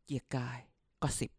เกียร์กายก็10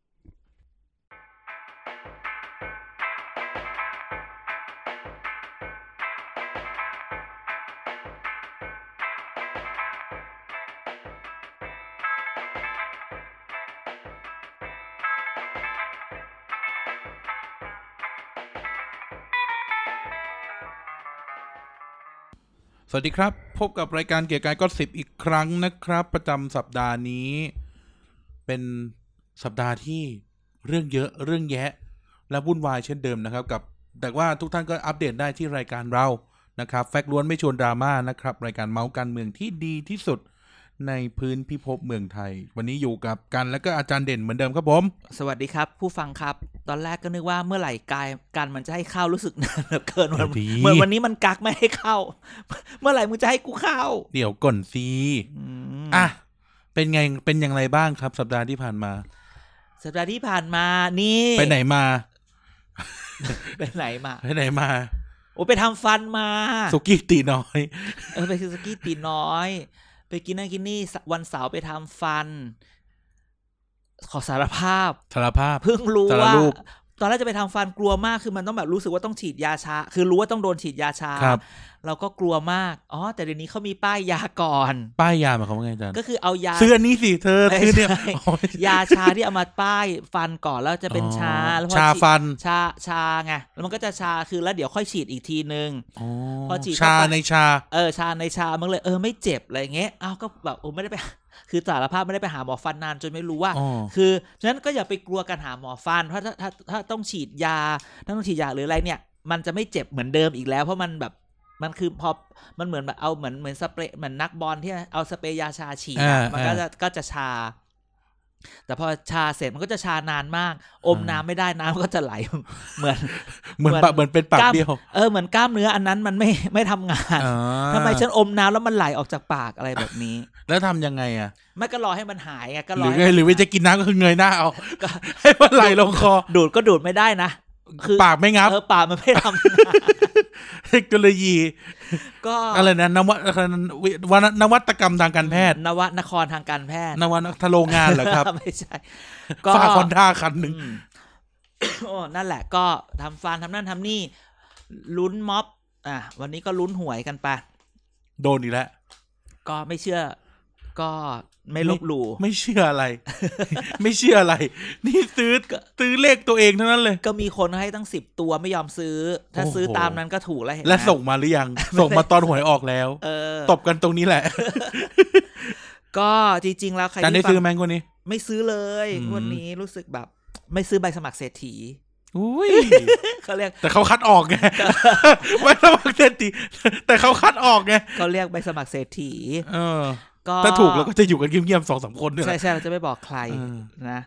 สวัสดีครับพบกับรายการเกียร์กายก็10อีกครั้งนะครับประจำสัปดาห์นี้เป็นสัปดาห์ที่เรื่องเยอะเรื่องแยะและวุ่นวายเช่นเดิมนะครับกับแต่ว่าทุกท่านก็อัปเดตได้ที่รายการเรานะครับแฟกต์ล้วนไม่ชวนดราม่านะครับรายการเมาส์การเมืองที่ดีที่สุดในพื้นพิภพเมืองไทยวันนี้อยู่กับกันและก็อาจารย์เด่นเหมือนเดิมครับผมสวัสดีครับผู้ฟังครับตอนแรกก็นึกว่าเมื่อไหร่กันมันจะให้เข้ารู้สึกนานเหลือเกินเหมือนวันนี้มันกักไม่ให้เข้าเมื่อไหร่มึงจะให้กูเข้าเดี๋ยวก่อนสิอ่ะเป็นไงเป็นอย่างไรบ้างครับสัปดาห์ที่ผ่านมาสัปดาห์ที่ผ่านมานี่ไปไหนมาไปไหนมาโอ้ไปทำฟันมาสุกี้ตีน้อยไปสุกี้ตีน้อยไปกินนั่นกินนี่วันเสาร์ไปทำฟันขอสารภาพเพิ่งรู้ว่าตอนแรกจะไปทำฟันกลัวมากคือมันต้องแบบรู้สึกว่าต้องฉีดยาชาคือรู้ว่าต้องโดนฉีดยาชาเราก็กลัวมากแต่เดี๋ยวนี้เขามีป้ายยาก่อนป้ายยาหมายความว่าไงอาจารย์ก็คือเอายาซื้ออันนี้สิเธอซื้อเนี่ยยาชาที่เอามาป้ายฟันก่อนแล้วจะเป็นชาแล้วชาฟันชาไงแล้วมันก็จะชาคือแล้วเดี๋ยวค่อยฉีดอีกทีนึงพอฉีดชาในชาชาในชามันเลยไม่เจ็บอะไรอย่างเงี้ยก็แบบไม่ได้ไปคือสารภาพไม่ได้ไปหาหมอฟันนานจนไม่รู้ว่าคือฉะนั้นก็อย่าไปกลัวการหาหมอฟันเพราะถ้าต้องฉีดยาต้องฉีดยาหรืออะไรเนี่ยมันจะไม่เจ็บเหมือนเดิมอีกแล้วเพราะมันแบบมันคือพอมันเหมือนแบบเอาเหมือนสเปรย์เหมือนนักบอลที่เอาสเปรย์ยาชาฉีดมันก็จะชาแต่พอชาเสร็จมันก็จะชานานมากอมน้ำไม่ได้น้ำก็จะไหลเหมือนเป็นปากเดียวเหมือนกล้ามเนื้ออันนั้นมันไม่ทำงานทำไมฉันอมน้ำแล้วมันไหลออกจากปากอะไรแบบนี้แล้วทำยังไงอ่ะไม่ก็รอให้มันหายไงก็รอหรือว่าจะกินน้ำก็คือเงยหน้าเอาให้มันไหลลงคอดูดก็ดูดไม่ได้นะคือปากไม่งับปากมันไม่ทำเทคโนโลยีก็อะไรนะนวัตกรรมทางการแพทย์นครทางการแพทย์นวัตทโรงงานเหรอครับไม่ใช่ก็ฝากคอนท่าคันหนึ่งนั่นแหละก็ทำฟันทำนั่นทำนี่ลุ้นม็อบวันนี้ก็ลุ้นหวยกันไปโดนอีกแล้วก็ไม่เชื่อก็ไม่ลบหลู่ไม่เชื่ออะไร ไม่เชื่ออะไรนี่ซื้อเลขตัวเองเท่านั้นเลยก็มีคนให้ตั้ง10ตัวไม่ยอมซื้อถ้าซื้อตามนั้นก็ถูกแล้วเห็นไหมและส่งมาหรือยัง ส่งมาตอนหวยออกแล้วตบกันตรงนี้แหละก็จริงๆแล้วใครที่ได้ซื้อไหมคนนี้ไม่ซื้อเลยวันนี้รู้สึกแบบไม่ซื้อใบสมัครเศรษฐีอุ้ยเขาเรียกแต่เขาคัดออกไงใบสมัครเศรษฐีแต่เขาคัดออกไงเขาเรียกใบสมัครเศรษฐีถ้าถูกเราก็จะอยู่กันเงียบๆ 2-3 คนเนี่ยใช่ๆเราจะไม่บอกใครนะ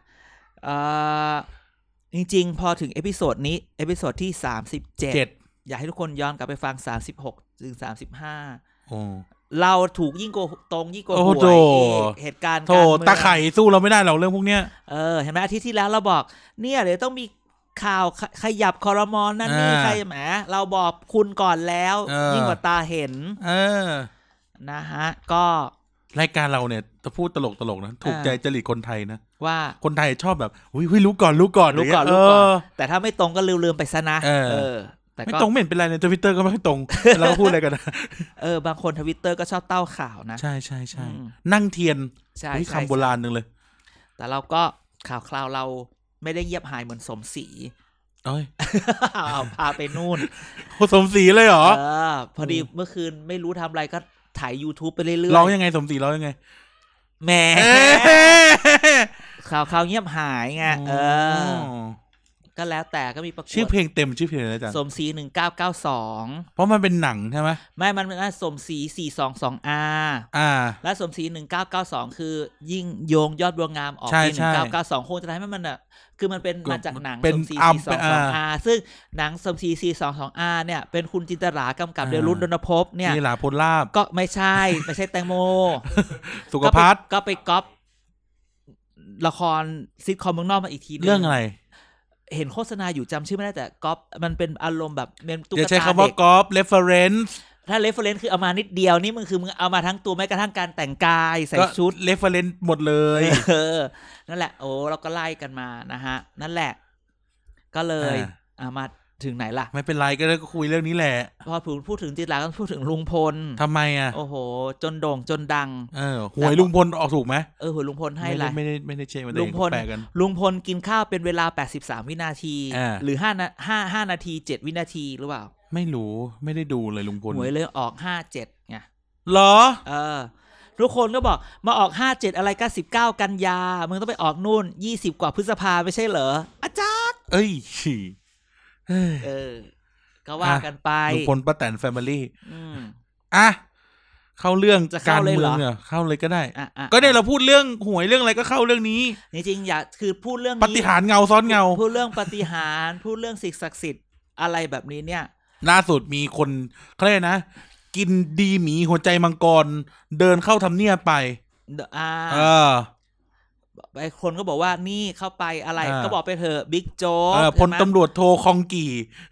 จริงๆพอถึงเอพิโซดนี้เอพิโซดที่37อยากให้ทุกคนย้อนกลับไปฟัง36ถึง35เราถูกยิ่งโกตรงยิ่งโกหวยเหตุการณ์การเมืองตาไข่สู้เราไม่ได้หรอกเรื่องพวกเนี้ยเห็นไหมอาทิตย์ที่แล้วเราบอกเนี่ยเดี๋ยวต้องมีข่าวขยับครม.นั่นนี่ใครแหมเราบอกคุณก่อนแล้วยิ่งกว่าตาเห็นนะฮะก็รายการเราเนี่ยจะพูดตลกนะถูกใจจริตคนไทยนะว่าคนไทยชอบแบบรู้ก่อนแต่ถ้าไม่ตรงก็ลืมไปซะนะแต่ไม่ตรงไม่เห็นเป็นไรใน Twitter ก็ไม่ตรงเราก็พูดอะไรกันนะบางคน Twitter ก็ชอบเต้าข่าวนะใช่นั่งเทียนคำโบราณนึงเลยแต่เราก็ข่าวคราวเราไม่ได้เงียบหายเหมือนสมศรีพาไปนู่นสมศรีเลยเหรอพอดีเมื่อคืนไม่รู้ทำอะไรก็ถ่าย YouTube ไปเรื่อยๆร้องยังไงสมศรีร้องยังไงแหมข่าวเงียบหายไงก็แล้วแต่ก็มีประกวดชื่อเพลงเต็มชื่อเพลงอะไรจ๊ะสมศรี1992 เพราะมันเป็นหนังใช่ไหมไม่มันเป็นสมศรี422R และสมศรี1992คือยิ่งโยงยอดบัวงามออกปี1992คงจะทำให้มันคือมันเป็นมาจากหนังสมศรี422R ซึ่งหนังสมศรี422R เนี่ยเป็นคุณจินตรากำกับโดยรุ่นดนภพเนี่ยนี่หลาพลลาภก็ไม่ใช่แตงโมสุขภัทรก็ไปก๊อปละครซิทคอมเมืองนอกมาอีกทีนึงเรื่องอะไรเห็นโฆษณาอยู่จำชื่อไม่ได้แต่ก๊อปมันเป็นอารมณ์แบบเป็นตุ๊กตาเด็กอย่าใช้คำว่าก๊อป reference ถ้า reference คือเอามานิดเดียวนี่มึงคือมึงเอามาทั้งตัวแม้กระทั่งการแต่งกายใส่ชุด reference หมดเลยนั่นแหละโอ้เราก็ไล่กันมานะฮะนั่นแหละก็เลยมาถึงไหนล่ะไม่เป็นไรก็คุยเรื่องนี้แหละพอพูดถึงจิตรลาก็พูดถึงลุงพลทำไมอ่ะโอ้โหจนโด่งจนดังหวยลุงพลออกถูกไหมหวยลุงพลให้อะไรไม่ได้เช็คมันลุงพลกินข้าวเป็นเวลา83วินาทีหรือ5นาที7วินาทีหรือเปล่าไม่รู้ไม่ได้ดูเลยลุงพลหวยเลยออก57ไงเหรอทุกคนก็บอกมาออก57อะไรก็19กันยามึงต้องไปออกนู่น20กว่าพฤษภาไม่ใช่เหรออาจารย์ก็ว่ากันไปลุงพลป้าแตนแฟมิลี่อ่ะเข้าเรื่องการเมืองเนี่ยเข้าเลยก็ได้ก็เนี่ยเราพูดเรื่องหวยเรื่องอะไรก็เข้าเรื่องนี้จริงๆอย่าคือพูดเรื่องปาฏิหาริย์เงาซ้อนเงาพูดเรื่องปาฏิหาริย์พูดเรื่องสิ่งศักดิ์สิทธิ์อะไรแบบนี้เนี่ยล่าสุดมีคนเขาเรียกนะกินดีหมีหัวใจมังกรเดินเข้าทำเนียบไปไอ้คนก็บอกว่านี่เข้าไปอะไรก็บอกไปเถอะบิ๊กโจ๊กพลตำรวจโทคองกี่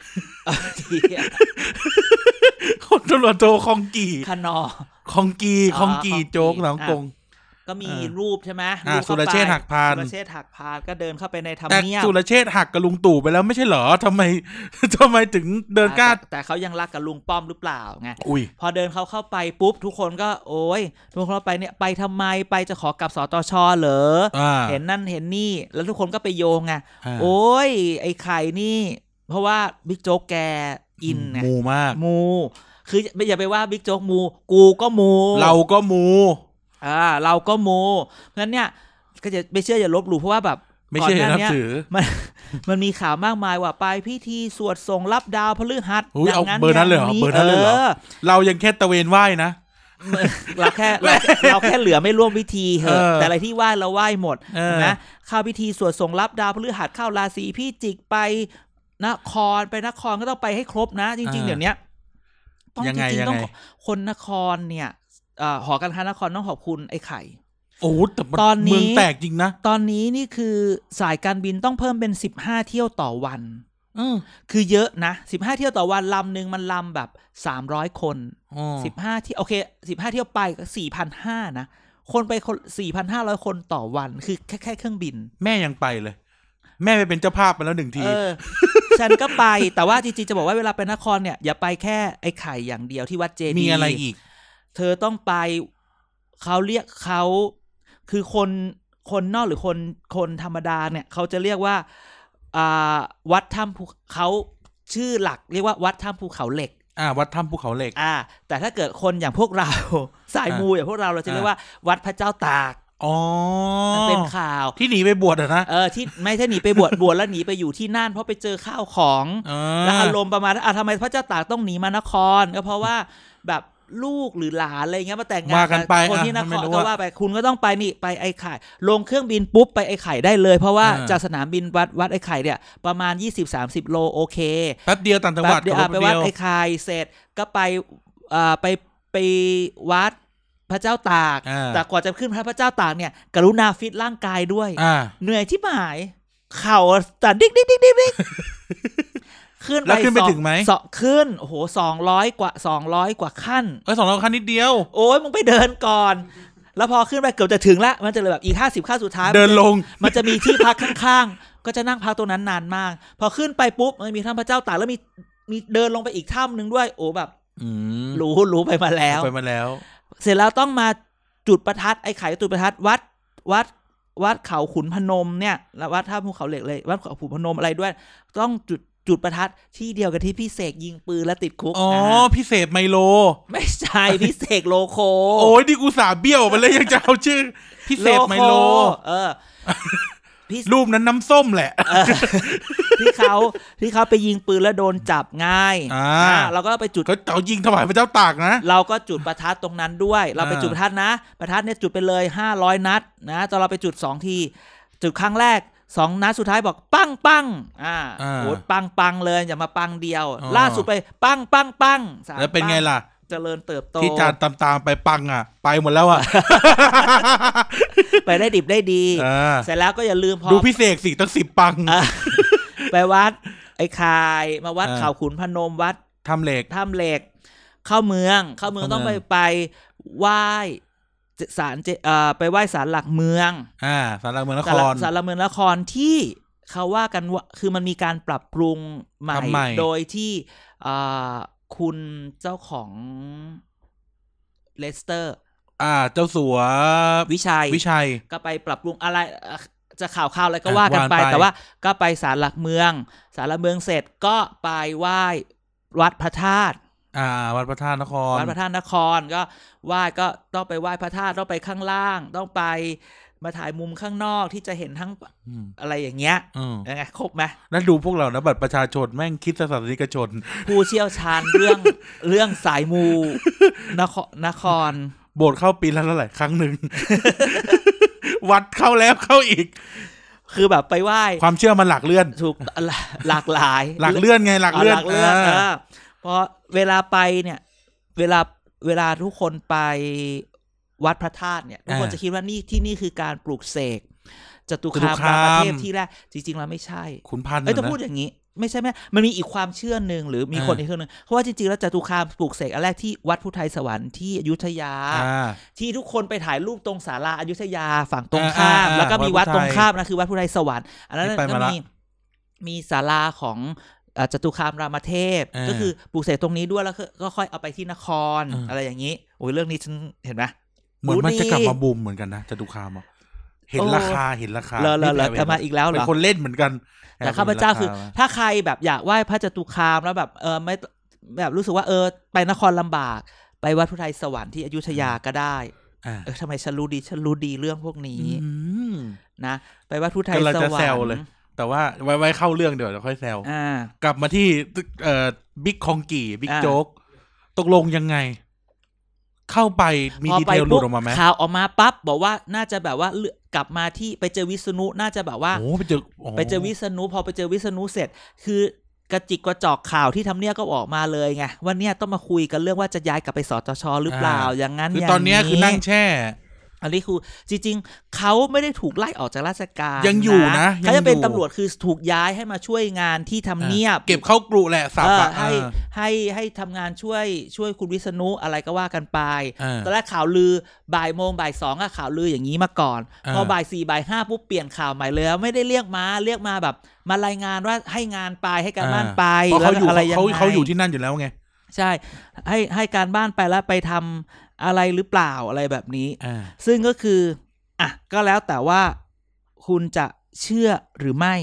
คนตำรวจโทคองกี่คองกีโจ๊กหลังกงก็มีรูปใช่ไหมสุรเชษฐ์หักพานก็เดินเข้าไปในทำเนียบแต่สุรเชษฐ์หักกับลุงตู่ไปแล้วไม่ใช่เหรอทำไมถึงเดินกล้าแต่เขายังรักกับลุงป้อมหรือเปล่าไงพอเดินเข้าไปปุ๊บทุกคนก็โอ๊ยทุกคนเข้าไปเนี่ยไปทำไมไปจะขอกลับสตช.เหรอเห็นนั่นเห็นนี่แล้วทุกคนก็ไปโยงไงโอ๊ยไอ้ไข่นี่เพราะว่าบิ๊กโจ๊กแกอินไงมูมากคืออย่าไปว่าบิ๊กโจ๊กมูกูก็มูเราก็มูเราก็โมเพราะฉะนั้นเนี่ยก็จะไม่เชื่ออย่าลบหลู่เพราะว่าแบบไม่เชื่อนับถือมันมีข่าวมากมายว่าไปพิธีสวดส่งรับดาวพฤหัสอย่างนั้นเบอร์นั้นเลยเหรอเรายังแค่ตะเวนไหว้นะเราแค่เหลือไม่ร่วมพิธีเหอะแต่อะไรที่ไหว้เราไหว้หมดนะเข้าพิธีสวดส่งรับดาวพฤหัสเข้าราศีพิจิกไปนครก็ต้องไปให้ครบนะจริงๆเดี๋ยวนี้ต้องจริงๆต้องคนนครเนี่ยหอการค้านครต้องขอบคุณไอ้ไข่โอ้แต่ตอนนี้เมืองแตกจริงนะตอนนี้นี่คือสายการบินต้องเพิ่มเป็น15เที่ยวต่อวันคือเยอะนะ15เที่ยวต่อวันลำนึงมันลำแบบ300คน15ที่โอเค15เที่ยวไปก็ 4,500 นะคนไปคน 4,500 คนต่อวันคือแค่เครื่องบินแม่ยังไปเลยแม่ไปเป็นเจ้าภาพมาแล้ว1ทีฉันก็ไปแต่ว่าจริงๆจะบอกว่าเวลาไปนครเนี่ยอย่าไปแค่ไอ้ไข่อย่างเดียวที่วัดเจดีย์มีอะไรอีกเธอต้องไปเขาเรียกเขาคือคนนอกหรือคนธรรมดาเนี่ยเขาจะเรียกว่าวัดถ้ำภูเขาชื่อหลักเรียกว่าวัดถ้ำภูเขาเหล็กวัดถ้ำภูเขาเหล็กแต่ถ้าเกิดคนอย่างพวกเราสายมูอย่างพวกเราจะเรียกว่าวัดพระเจ้าตากมันเป็นข่าวที่หนีไปบวชนะที่ไม่ใช่หนีไปบวชแล้วหนีไปอยู่ที่นั่นเพราะไปเจอข้าวของแล้วอารมณ์ประมาณทำไมพระเจ้าตากต้องหนีมานครก็เพราะว่าแบบลูกหรือหลานอะไรเงี้ยมาแต่งงานกับคนที่นครก็ว่าไปคุณก็ต้องไปนี่ไปไอ้ไข่ลงเครื่องบินปุ๊บไปไอ้ไข่ได้เลยเพราะว่าจากสนามบินวัดไอ้ไข่เนี่ยประมาณ 20-30 โลโอเคแป๊บเดียวต่างจังหวัดไปวัดไอ้ไข่เสร็จก็ไปวัดพระเจ้าตากแต่กว่าจะขึ้นพระเจ้าตากเนี่ยกรุณาฟิตร่างกายด้วยเหนื่อยที่หายเข่าสั่นดิ๊กขึ้นไปถึงไหมขึ้นโอ้โห200 กว่าขั้น 200 ขั้นนิดเดียวโอ้ยมึงไปเดินก่อนแล้วพอขึ้นไปเกือบจะถึงแล้วมันจะเลยแบบอีก50ขั้นสุดท้ายเดินลงมันจะมีที่พักข้างๆก็จะนั่งพักตรงนั้นนานมากพอขึ้นไปปุ๊บมันมีถ้ำพระเจ้าตากแล้วมีเดินลงไปอีกถ้ำนึงด้วยโอ้แบบรู้ไปมาแล้วเสร็จแล้วต้องมาจุดประทัดไอ้ไข่จุดประทัดวัดเขาขุนพนมเนี่ยแล้ววัดท่าภูเขาเหล็กเลยวัดเขาขุนพนมอะไรด้วยต้องจุดประทัดที่เดียวกับที่พี่เสกยิงปืนแล้วติดคุกพี่เสกไมโลไม่ใช่พี่เสกโลโคโอ้ยดิกูสาเบี้ยวไปเลยยังจะเอาชื่อพี่เสกไมโลรูปนั้นน้ำส้มแหละที่เขาไปยิงปืนแล้วโดนจับง่ายเราก็ไปจุดเขายิงถวายพระเจ้าตากนะเราก็จุดประทัดตรงนั้นด้วยเราไปจุดประทัดนะประทัดเนี่ยจุดไปเลย500 นัดนะตอนเราไปจุด2ทีจุดครั้งแรก2 นัดสุดท้ายบอกปังโหปังเลยอย่ามาปังเดียวล่าสุดไปปังแล้วเป็นไงล่ะเจริญเติบโตที่จานตามไปปังไปหมดแล้วไปได้ดิบได้ดีเสร็จแล้วก็อย่าลืมพอดูพิเศษสิตั้ง10 ปังไปวัดไอ้คายมาวัดเขาขุนพนมวัดถ้ำเหล็กเข้าเมืองต้องไปไหว้ศาลไปไหว้ศาลหลักเมืองศาลหลักเมืองนครศาลหลักเมืองนครที่เขาว่ากันว่าคือมันมีการปรับปรุงใหม่โดยที่คุณเจ้าของเลสเตอร์เจ้าสัววิชัยก็ไปปรับปรุงอะไรจะข่าวอะไรก็ว่ากันไปแต่ว่าก็ไปศาลหลักเมืองเสร็จก็ไปไหว้วัดพระธาตุวัดพระธาตุนครก็ไหว้ก็ต้องไปไหว้พระธาตุต้องไปข้างล่างต้องไปมาถ่ายมุมข้างนอกที่จะเห็นทั้งอะไรอย่างเงี้ยยังไงครบไหมแล้วดูพวกเรานะบัตรประชาชนแม่งคิดศาสนิกชนผู้เชี่ยวชาญเรื่องสายมูนครโบสถ์เข้าปีละเท่าไหร่ครั้งหนึ่ง วัดเข้าแล้วเข้าอีกคือแบบไปไหว้ความเชื่อมันหลักเลื่อนถูกหลากหลายหลักเลื่อนไงหลักเลื่อนพอเวลาไปเนี่ยเวลาทุกคนไปวัดพระธาตุเนี่ยทุกคนจะคิดว่าที่นี่คือการปลูกเสกจตุคามรามเทพที่แรกจริงๆแล้วไม่ใช่ขุนพันธุ์จะพูดอย่างนี้ไม่ใช่ไหมมันมีอีกความเชื่อหนึ่งหรือมีคนอีกคนนึงเพราะว่าจริงๆแล้วจตุคามปลูกเสกอันแรกที่วัดพุทธไทยสวรรค์ที่อยุธยาที่ทุกคนไปถ่ายรูปตรงศาลาอยุธยาฝั่งตรงข้ามแล้วก็มีวัดตรงข้ามนะคือวัดพุทธไทยสวรรค์อันนั้นก็มีศาลาของจตุคามรามเทพก็คือปลูกเสกตรงนี้ด้วยแล้วก็ค่อยเอาไปที่นครอะไรอย่างนี้โอ้ยเรื่องนี้ฉันเห็นไหมเหมือนมันจะกลับมาบูมเหมือนกันนะจตุคามเห็นราคาแล้วกลับมาอีกแล้วเหรอเป็นคนเล่นเหมือนกันแต่ข้าพเจ้าคือถ้าใครแบบอยากไหว้พระจตุคามแล้วแบบไม่แบบรู้สึกว่าไปนครลำบากไปวัดพุทธไทยสวรรค์ที่อยุธยาก็ได้ทำไมฉันรู้ดีเรื่องพวกนี้นะไปวัดพุทธไทยสวรรค์แต่ว่าไว้เข้าเรื่องเดี๋ยวค่อยแซวกลับมาที่บิ๊กคองกี่บิ๊กโจ๊กตกลงยังไงเข้าไปมีดีเทลหลุดออกมาไหมข่าวออกมาปั๊บบอกว่าน่าจะแบบว่ากลับมาที่ไปเจอวิษณุน่าจะแบบว่าไปเจอวิษณุพอไปเจอวิษณุเสร็จคือกระจิกกระจอกข่าวที่ทำเนียบก็ออกมาเลยไงวันนี้ต้องมาคุยกันเรื่องว่าจะย้ายกลับไปสตช.หรือเปล่าอย่างนั้นคือตอนนี้คือนั่งแช่อันนี้คือจริงๆเขาไม่ได้ถูกไล่ออกจากราชการยังอยู่นะเขาจะเป็นตำรวจคือถูกย้ายให้มาช่วยงานที่ทำเนียบเก็บเข้ากรุแหละสับให้ทำงานช่วยคุณวิษณุอะไรก็ว่ากันไปตอนแรกข่าวลือบ่ายโมงบ่ายสองข่าวลืออย่างนี้มาก่อนพอบ่ายสี่บ่ายห้าปุ๊บเปลี่ยนข่าวใหม่เลยไม่ได้เรียกมาแบบมารายงานว่าให้งานไปให้การบ้านไปแล้วอะไรยังไงเขาอยู่ที่นั่นอยู่แล้วไงใช่ให้การบ้านไปแล้วไปทำอะไรหรือเปล่าอะไรแบบนี้ซึ่งก็คือก็แล้วแต่ว่าคุณจะเชื่อหรือไม่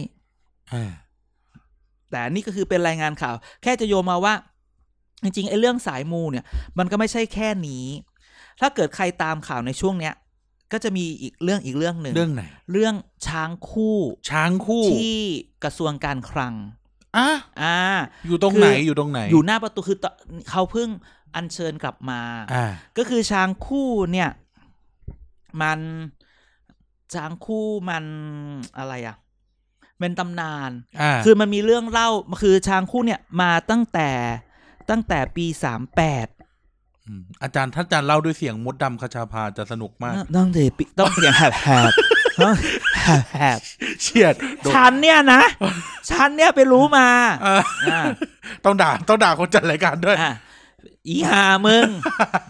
แต่นี่ก็คือเป็นรายงานข่าวแค่จะโยงมาว่าจริงๆไอ้เรื่องสายมูเนี่ยมันก็ไม่ใช่แค่นี้ถ้าเกิดใครตามข่าวในช่วงเนี้ยก็จะมีอีกเรื่องหนึ่งเรื่องไหนเรื่องช้างคู่ที่กระทรวงการคลังอยู่ตรงไหนอยู่หน้าประตูคือเขาเพิ่งอัญเชิญกลับมาก็คือช้างคู่เนี่ยมันช้างคู่มันอะไรเป็นตำนานคือมันมีเรื่องเล่าคือช้างคู่เนี่ยมาตั้งแต่ปี38 อาจารย์ถ้าอาจารย์เล่าด้วยเสียงมดดำคชาภาจะสนุกมากต้องเสียงแหบเฉียดฉันเนี่ยไปรู้มาต้องด่าคนจัดรายการด้วยอีห่ามึง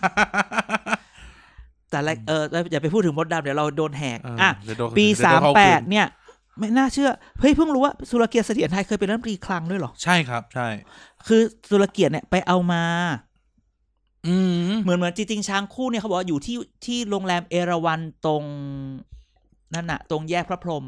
แต่อย่าไปพูดถึงมดดำเดี๋ยวเราโดนแหกปี38เนี่ยไม่น่าเชื่อเฮ้ยเพิ่งรู้ว่าสุรเกียรติเสถียรไทยเคยเป็นรัฐมนตรีคลังด้วยเหรอใช่ครับใช่คือสุรเกียรติเนี่ยไปเอามาเหมือนจริงๆช้างคู่เนี่ยเขาบอกว่าอยู่ที่โรงแรมเอราวัณตรงนั่นน่ะตรงแยกพระพรหม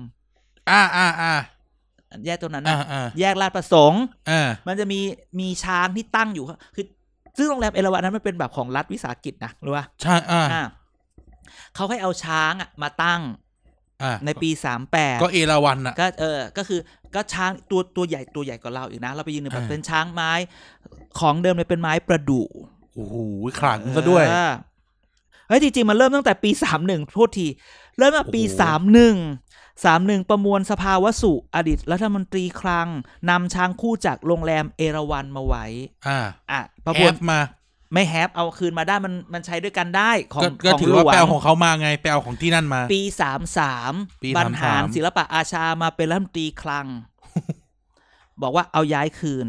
แยกตรงนั้นนะแยกลาดประสงค์มันจะมีช้างที่ตั้งอยู่คือซึ่งโรงแรมเอราวัณนั้นมันเป็นแบบของรัฐวิสาหกิจนะรู้ป่ะใช่เขาให้เอาช้างมาตั้งในปี38 ก็เอราวัณก็คือก็ช้างตัวใหญ่กว่าเราอีกนะเราไปยืนแบบเป็นช้างไม้ของเดิมเลยเป็นไม้ประดู่โอ้โหขลังซะด้วยเฮ้ยจริงๆมันเริ่มตั้งแต่ปี31โทษทีเริ่มมาปี31ประมวลสภาวสุอดีตรัฐมนตรีคลังนำช้างคู่จากโรงแรมเอราวัณมาไว้ประมวลมาไม่แฮปเอาคืนมาได้มันใช้ด้วยกันได้ของถือว่าแปลของเขามาไงแปลของที่นั่นมาปี33บรรหารศิลปะอาชามาเป็นรัฐมนตรีคลัง บอกว่าเอาย้ายคืน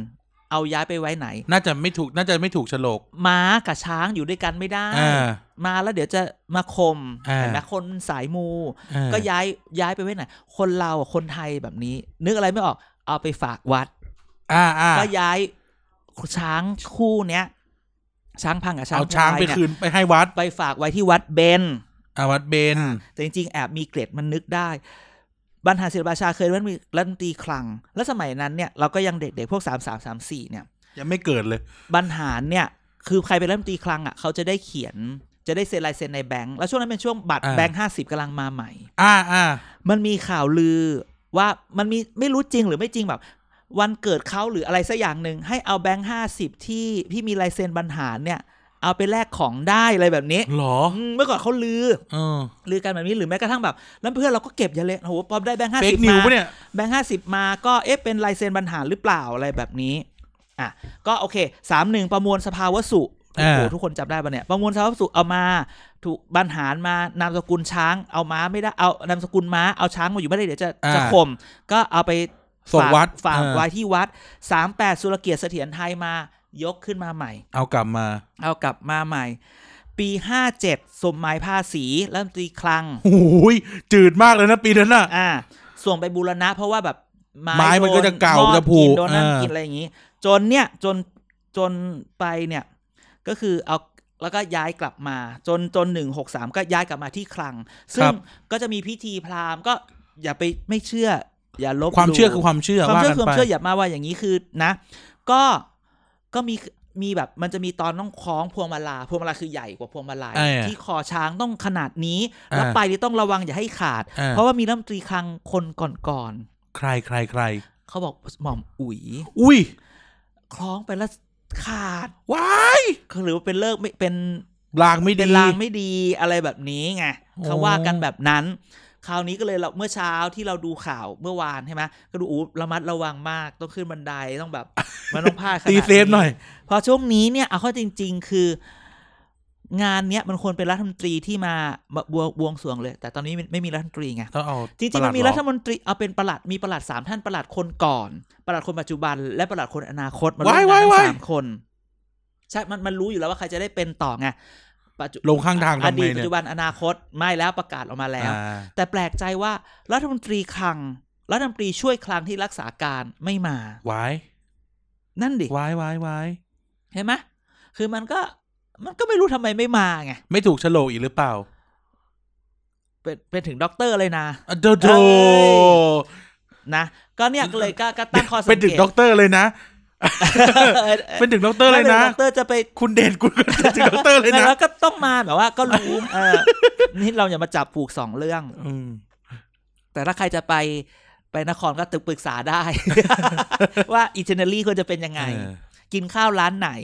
เอาย้ายไปไว้ไหนน่าจะไม่ถูกโฉลกม้ากับช้างอยู่ด้วยกันไม่ได้มาแล้วเดี๋ยวจะมาข่มเห็นไหมคนสายมูก็ย้ายไปไว้ไหนคนเราคนไทยแบบนี้นึกอะไรไม่ออกเอาไปฝากวัดก็ย้ายช้างคู่เนี้ยช้างพังกับช้างเอาช้างไปคืนไปให้วัดไปฝากไว้ที่วัดเบนวัดเบนแต่จริงๆแอบมีเกร็ดมันนึกได้บรรหารศิลปาชาเคยมีรัฐมนตรีคลังแล้วสมัยนั้นเนี่ยเราก็ยังเด็กๆพวก3334เนี่ยยังไม่เกิดเลยบรรหารเนี่ยคือใครเป็นรัฐมนตรีคลังอ่ะเขาจะได้เขียนจะได้เซ็นลายเซ็นในแบงค์แล้วช่วงนั้นเป็นช่วงบัตรแบงค์50กำลังมาใหม่มันมีข่าวลือว่ามันมีไม่รู้จริงหรือไม่จริงแบบวันเกิดเขาหรืออะไรสักอย่างนึงให้เอาแบงค์50ที่มีลายเซ็นบรรหารเนี่ยเอาไปแลกของได้อะไรแบบนี้หรอเมื่อก่อนเขาลือกันแบบนี้หรือแม้กระทั่งแบบแล้วเพื่อนเราก็เก็บอย่าเลยโอ้โหพอได้แบงค์50มาแบงค์50มาก็เป็นลายเซ็นบรรหารหรือเปล่าอะไรแบบนี้ก็โอเค31ประมวลสภาวสุโอ้โหทุกคนจำได้ป่ะเนี่ยประมวลสภาวสุเอามาถูกบรรหารมานามสกุลช้างเอาม้าไม่ได้เอานามสกุลม้าเอาช้างมาอยู่ไม่ได้เดี๋ยวจะข่มก็เอาไปส่งวัดฝากไว้ที่วัด38สุรเกียรติเสถียรไทยมายกขึ้นมาใหม่เอากลับมาใหม่ปี57สมหมายภาษีรัฐมนตรีคลังโอ้ยจืดมากเลยนะปีนั้นน่ะส่งไปบูรณะเพราะว่าแบบไม้มันก็จะเก่าจะผุโดนนั่นกินอะไรอย่างงี้จนไปเนี่ยก็คือเอาแล้วก็ย้ายกลับมาจน163ก็ย้ายกลับมาที่คลังซึ่งก็จะมีพิธีพราหมณ์ก็อย่าไปไม่เชื่ออย่าลบความเชื่อคือความเชื่อว่ากันไปความเชื่ออย่ามาว่าอย่างนี้คือนะก็มีแบบมันจะมีตอนต้องคล้องพวงมาลาคือใหญ่กว่าพวงมาลัยที่คอช้างต้องขนาดนี้แล้วไปนี่ต้องระวังอย่าให้ขาดเพราะว่ามีรัฐมนตรีคลังคนก่อนใครเขาบอกหม่อมอุ๋ยคล้องไปแล้วขาดว้ายหรือว่าเป็นเลิกไม่เป็นลางไม่ดีอะไรแบบนี้ไงเขาว่ากันแบบนั้นคราวนี้ก็เลยเราเมื่อเช้าที่เราดูข่าวเมื่อวานใช่ไหมก็ดูระมัดระวังมากต้องขึ้นบันไดต้องแบบมันต้องพลาดขนาดนี้ตีเซฟหน่อยพอช่วงนี้เนี่ยเอาเข้าจริงๆคืองานเนี้ยมันควรเป็นรัฐมนตรีที่มาบวงสรวงเลยแต่ตอนนี้ไม่มีรัฐมนตรีไงจริงๆมันมีรัฐมนตรีเอาเป็นปลัดมีปลัด3ท่านปลัดคนก่อนปลัดคนปัจจุบันและปลัดคนอนาคตมาร่วมงานทั้ง3คนใช่มันรู้อยู่แล้วว่าใครจะได้เป็นต่อไงลงข้างทางอดีตปัจจุบันอนาคตไม่แล้วประกาศออกมาแล้วแต่แปลกใจว่ารัฐมนตรีคลังรัฐมนตรีช่วยคลังที่รักษาการไม่มานั่นดิเห็นไหมคือมันก็ไม่รู้ทำไมไม่มาไงไม่ถูกโฉลกอีกหรือเปล่าเป็นถึงด็อกเตอร์เลยนะโดนะก็เนี่ยเลยก็ตั้งข้อสังเกตเป็นถึงด็อกเตอร์เลยนะเป็นถึงด็อกเตอร์เลยนะด็อกเตอร์จะไปคุณเด่นคุณถึงด็อกเตอร์เลยนะแล้วก็ต้องมาแบบว่าก็รู้นี่เราอย่ามาจับผูก2เรื่องแต่ถ้าใครจะไปนครก็ปรึกษาได้ว่าอิเทอร์เนลี่ควรจะเป็นยังไงกินข้าวร้านไหน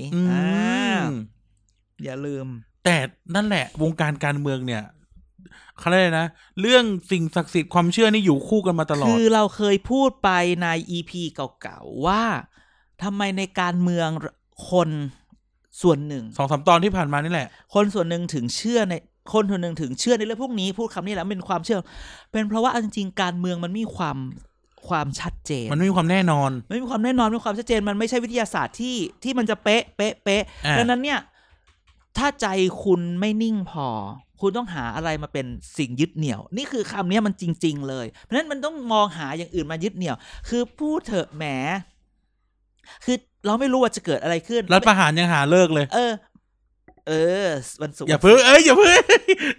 อย่าลืมแต่นั่นแหละวงการการเมืองเนี่ยเขาเรียกนะเรื่องสิ่งศักดิ์สิทธิ์ความเชื่อนี่อยู่คู่กันมาตลอดคือเราเคยพูดไปใน EP เก่าๆว่าทำไมในการเมืองคนส่วนหนึ่ง 2-3 ตอนที่ผ่านมานี่แหละคนส่วนหนึ่งถึงเชื่อในคนส่วนหนึ่งถึงเชื่อในเรื่องพวกนี้พูดคำนี้แล้วเป็นความเชื่อเป็นเพราะว่าจริงๆการเมืองมันมีความชัดเจนมันไม่มีความแน่นอนไม่มีความแน่นอนไม่มีความชัดเจนมันไม่ใช่วิทยาศาสตร์ที่มันจะเป๊ะดังนั้นเนี่ยถ้าใจคุณไม่นิ่งพอคุณต้องหาอะไรมาเป็นสิ่งยึดเหนี่ยวนี่คือคำนี้มันจริงๆเลยเพราะฉะนั้นมันต้องมองหาอย่างอื่นมายึดเหนี่ยวคือพูดเถอะแหมคือเราไม่รู้ว่าจะเกิดอะไรขึ้นรัฐประหารยังหาเลิกเลยวันศุกร์อย่าเพิ่งอย่าเพิ่ง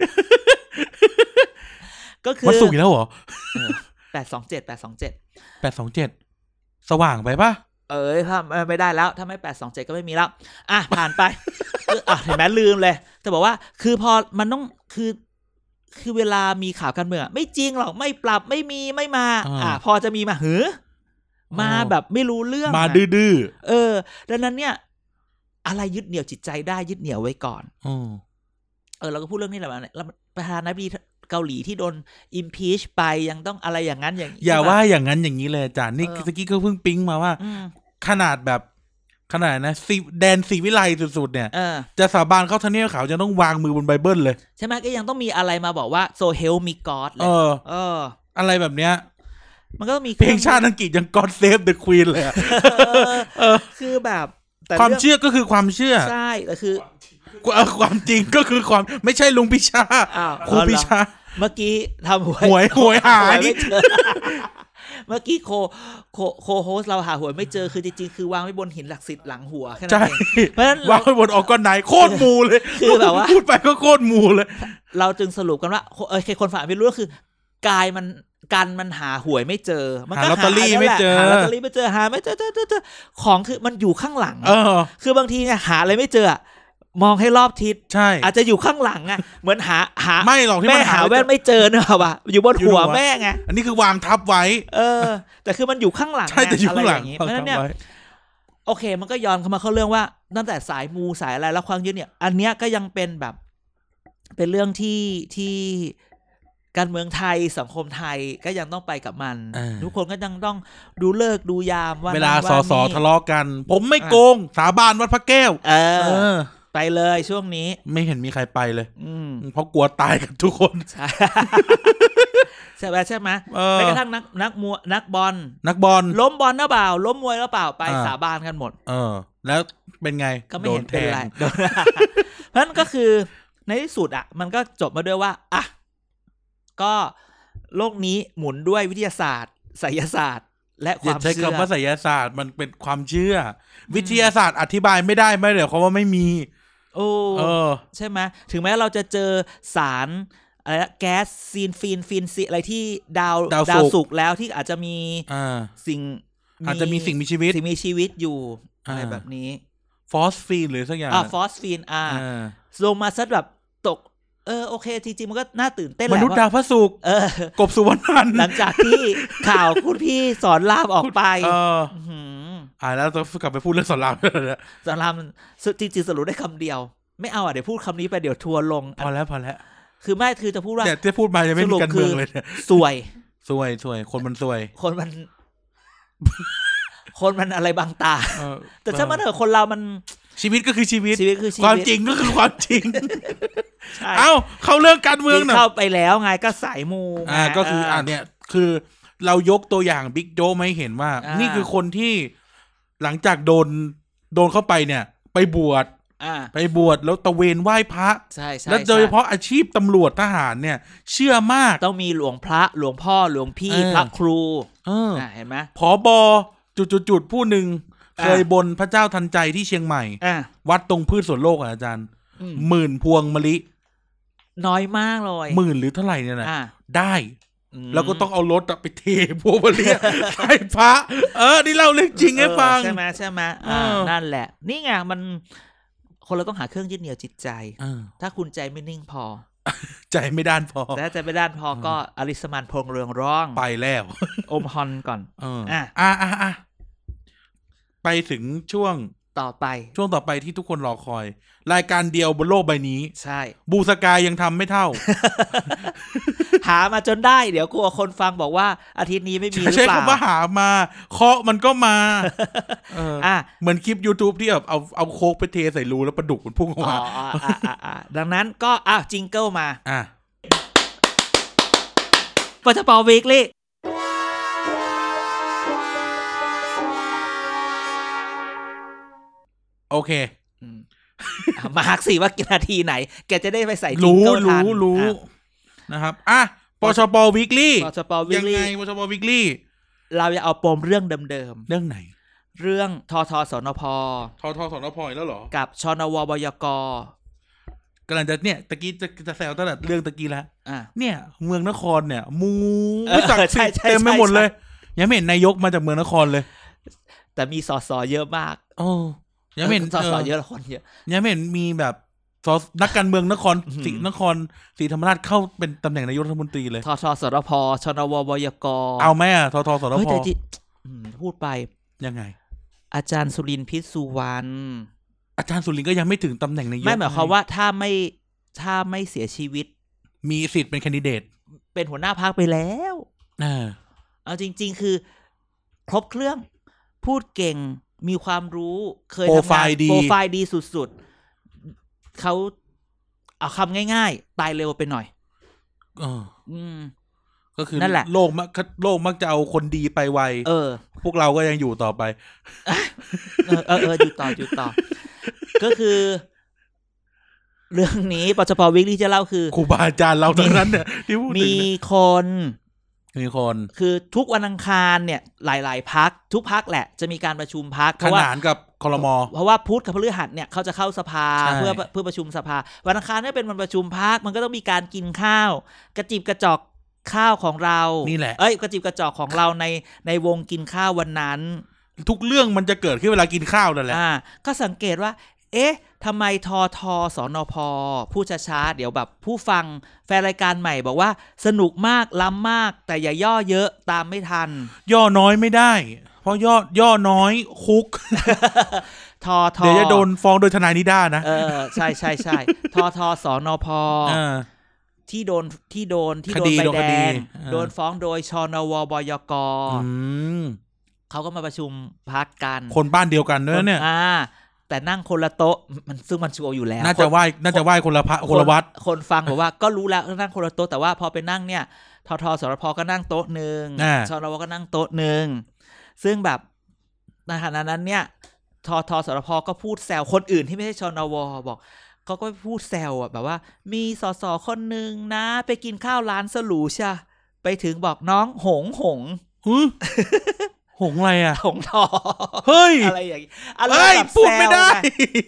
ก็คือวันศุกร์แล้วเหรอ 827 สว่างไปป่ะถ้าไม่ได้แล้วถ้าไม่827ก็ไม่มีแล้วผ่านไปเห็นไหมลืมเลยจะบอกว่าคือพอมันต้องคือเวลามีข่าวการเมืองไม่จริงหรอกไม่ปรับไม่มีไม่มาพอจะมีมามาแบบไม่รู้เรื่องมาดื้อดังนั้นเนี่ยอะไรยึดเหนี่ยวจิตใจได้ยึดเหนี่ยวไว้ก่อนเราก็พูดเรื่องนี้แหละประธานาธิบดีเกาหลีที่โดน impeach ไปยังต้องอะไรอย่างนั้นอย่าว่าอย่างนั้นอย่างนี้เลยอาจารย์นี่ตะกี้ก็เพิ่งปิ๊งมาว่าขนาดนะแดนศรีวิไลสุดๆเนี่ยจะสาบานเข้าทำเนียบขาวจะต้องวางมือบนไบเบิลเลยใช่ไหมก็ยังต้องมีอะไรมาบอกว่า so help me God เลยอะไรแบบเนี้ยมันก็มีเพลงชาติอังกฤษยัง God Save the Queen เลยคือแบบความเชื่อก็คือความเชื่อใช่แต่คือความจริงก็คือความไม่ใช่ลุงพิชาครูพิชาเมื่อกี้ทำหวยหายเมื่อกี้โคโฮสเราหาหวยไม่เจอคือจริงๆคือวางไว้บนหินศักดิ์สิทธิ์หลังหัวแค่นั้นเองเพราะฉะนั้นวางไว้บนออกก้อนไหนโคตรมูเลยคือแบบว่าพูดไปก็โคตรมูเลยเราจึงสรุปกันว่าคนฝ่ายไม่รู้ก็คือกายมันหาหวยไม่เจอมันก็หาลอตเตอรี่ไม่เจอหาลอตเตอรี่ไม่เจอหาไม่เจอของคือมันอยู่ข้างหลังคือบางทีเนี่ยหาอะไรไม่เจอมองให้รอบทิศใช่อาจจะอยู่ข้างหลังอ่ะเหมือนหาไม่หรอกที่มันหาแว่นไม่เจอเนอะว่ะอยู่บนหัวแม่ไงอันนี้คือวางทับไว้แต่คือมันอยู่ข้างหลังใช่แต่อยู่ข้างหลังเพราะฉะนั้นเนี่ยโอเคมันก็ย้อนเข้าเรื่องว่าตั้งแต่สายมูสายอะไรแล้วความยึดเนี่ยอันเนี้ยก็ยังเป็นแบบเป็นเรื่องที่การเมืองไทยสังคมไทยก็ยังต้องไปกับมันทุกคนก็ยังต้องดูฤกษ์ดูยามว่าเวลาสทะเลาะกันผมไม่โกงสาบานวัดพระแก้วไปเลยช่วงนี้ไม่เห็นมีใครไปเลยเพราะกลัวตายกันทุกคนใช่ใช่ไหมแม้กระทั่งนักบอลล้มบอลหรือเปล่าล้มมวยหรือเปล่าไปสาบานกันหมดแล้วเป็นไงก็ไม่เห็นเป็นไรเพราะนั้นก็คือในที่สุดอ่ะมันก็จบมาด้วยว่าอ่ะก็โลกนี้หมุนด้วยวิทยาศาสตร์ไสยศาสตร์และความเชื่อใช้คำว่าไสยศาสตร์มันเป็นความเชื่อวิทยาศาสตร์อธิบายไม่ได้ไม่เดี๋ยวเขาว่าไม่มีใช่ไหมถึงแม้เราจะเจอสารอะไรแก๊สฟีนอะไรที่ดาวศุกร์แล้วที่อาจจะมีสิ่งอาจจะมีสิ่งมีชีวิตอยู่อะไรแบบนี้ฟอสฟีนหรือสักอย่างฟอสฟีนลงมาซัดแบบตกโอเคจริงๆมันก็น่าตื่นเต้นแหละมนุษย์ดาวพระศุกร์กบสุวรรณันท์หลังจากที่ข่าวคุณพี่สอนรามออกไปแล้วต้องกลับไปพูดเรื่องสอนรามแล้วสอนรามจริงๆสรุปได้คำเดียวไม่เอาเดี๋ยวพูดคำนี้ไปเดี๋ยวทัวร์ลงพอแล้วคือไม่คือจะพูดว่าแต่ที่พูดมาจะไม่มีการเมืองเลยสวยคนมันสวยคนมันอะไรบางตาแต่ถ้ามันคนเรามันชีวิตก็คือชีวิตความจริงก็คือความจริงเข้าเรื่องการเมืองเข้าไปแล้วไงก็สายมูก็คือเนี่ยคือเรายกตัวอย่างบิ๊กโจ๊กมาให้เห็นว่านี่คือคนที่หลังจากโดนเข้าไปเนี่ยไปบวชแล้วตะเวนไหว้พระแล้วโดยเฉพาะอาชีพตำรวจทหารเนี่ยเชื่อมากต้องมีหลวงพระหลวงพ่อหลวงพี่พระครูเห็นไหมผบ.จุดผู้หนึ่งเคยบนพระเจ้าทันใจที่เชียงใหม่วัดตรงพืชสวนโลกอาจารย์10,000 พวงมะลิน้อยมากเลย 10,000หรือเท่าไหร่เนี่ยนะได้แล้วก็ต้องเอารถไปเทพวงมะลิให้พระนี่เล่าเรื่องจริงให้ฟังใช่ไหมนั่นแหละนี่ไงมันคนเราต้องหาเครื่องยึดเหนี่ยวจิตใจถ้าคุณใจไม่นิ่งพอใจไม่ด้านพอแต่ใจไม่ด้านพอก็อลิสมันพงเรืองร้องไปแล้วอมฮอนก่อนไปถึงช่วงต่อไปที่ทุกคนรอคอยรายการเดียวบนโลกใบนี้ใช่บูสกายยังทำไม่เท่าหามาจนได้เดี๋ยวกลัวคนฟังบอกว่าอาทิตย์นี้ไม่มีหรือเปล่าใช่คำว่าหามาเคาะมันก็มาเหมือนคลิป YouTube ที่แบบเอาโค้กไปเทใส่รูแล้วปลาดุกมันพุ่งออกมาดังนั้นก็จิงเกิลมาปชป.วีคลี่โอเคมาหักสิว่ากี่นาทีไหนแกจะได้ไปใส่จิงเกิลทันรู้นะครับปชป.วีคลี่ยังไงปชป.วีคลี่เราจะเอาปมเรื่องเดิมเรื่องไหนเรื่องททสนพสนพแล้วเหรอกับชนวบยก. กำลังจะเนี่ยตะกี้จะแซวตั้งแต่เรื่องตะกี้แล้วเนี่ยเมืองนครเนี่ยมูศักดิ์สิทธิ์เต็มไปหมดเลยยังไม่เห็นนายกมาจากเมืองนครเลยแต่มีสสเยอะมากยังไม่เห็นสสเยอะคนเยอะยังไม่เห็นมีแบบนักการเมืองนครศรีธรรมราชเข้าเป็นตำแหน่งนายกรัฐมนตรีเลยททสนพชนวบยก. เอาไหมททสนพพูดไปยังไงอาจารย์สุรินทร์พิษสุวรรณอาจารย์สุรินทร์ก็ยังไม่ถึงตำแหน่งนายกไม่หมายความว่าถ้าไม่เสียชีวิตมีสิทธิ์เป็นแคนดิเดตเป็นหัวหน้าพรรคไปแล้วเอาจริงๆคือครบเครื่องพูดเก่งมีความรู้เคยทำงานโปรไฟล์ดีสุดๆเขาเอาคำง่ายๆตายเร็วไปหน่อยก็คือนั่นแหละโลกมักจะเอาคนดีไปไวพวกเราก็ยังอยู่ต่อไปอยู่ต่อก็คือเรื่องนี้ปชป.วิกฤตจะเล่าคือครูบาอาจารย์เราทั้งนั้นเนี่ยที่พูดถึงมีคนคือทุกวันอังคารเนี่ยหลายๆพรรคทุกพรรคแหละจะมีการประชุมพรรคขนานกับครม. เพราะว่าพุธกับพฤหัสเนี่ยเขาจะเข้าสภาเพื่อประชุมสภาวันอังคารเนี่ยเป็นวันประชุมพรรคมันก็ต้องมีการกินข้าวกระจิบกระจอกข้าวของเรานี่แหละกระจิบกระจอกของเราในวงกินข้าววันนั้นทุกเรื่องมันจะเกิดขึ้นเวลากินข้าวนั่นแหละก็สังเกตว่าทำไมทสนพพูดช้าๆเดี๋ยวแบบผู้ฟังแฟนรายการใหม่บอกว่าสนุกมากล้ำมากแต่อย่าย่อเยอะตามไม่ทันย่อน้อยไม่ได้เพราะย่อน้อยคุกเดี๋ยวจะโดนฟ้องโดยทนายนิด้านะใช่ทสนพที่โดนใบแดงโดนฟ้องโดยชนวบยกเขาก็มาประชุมพักกันคนบ้านเดียวกันเนี่ยแต่นั่งคนละโต๊ะซึ่งมันชัวร์อยู่แล้วน่าจะไหว้คนละพระคนละวัดคนฟังบอกว่าก็รู้แล้วนั่งคนละโต๊ะแต่ว่าพอไปนั่งเนี่ยทสนพก็นั่งโต๊ะนึงชนวก็นั่งโต๊ะนึงซึ่งแบบในขณะนั้นเนี่ยทสนพก็พูดแซวคนอื่นที่ไม่ใช่ชนวบอกเขาก็พูดแซวแบบว่ามีสสคนนึงนะไปกินข้าวร้านสลูใช่ไปถึงบอกน้องหงหงอะไรอ่ะหงทอเฮ้ยอะไรอย่างงี้อะไรพูดไม่ได้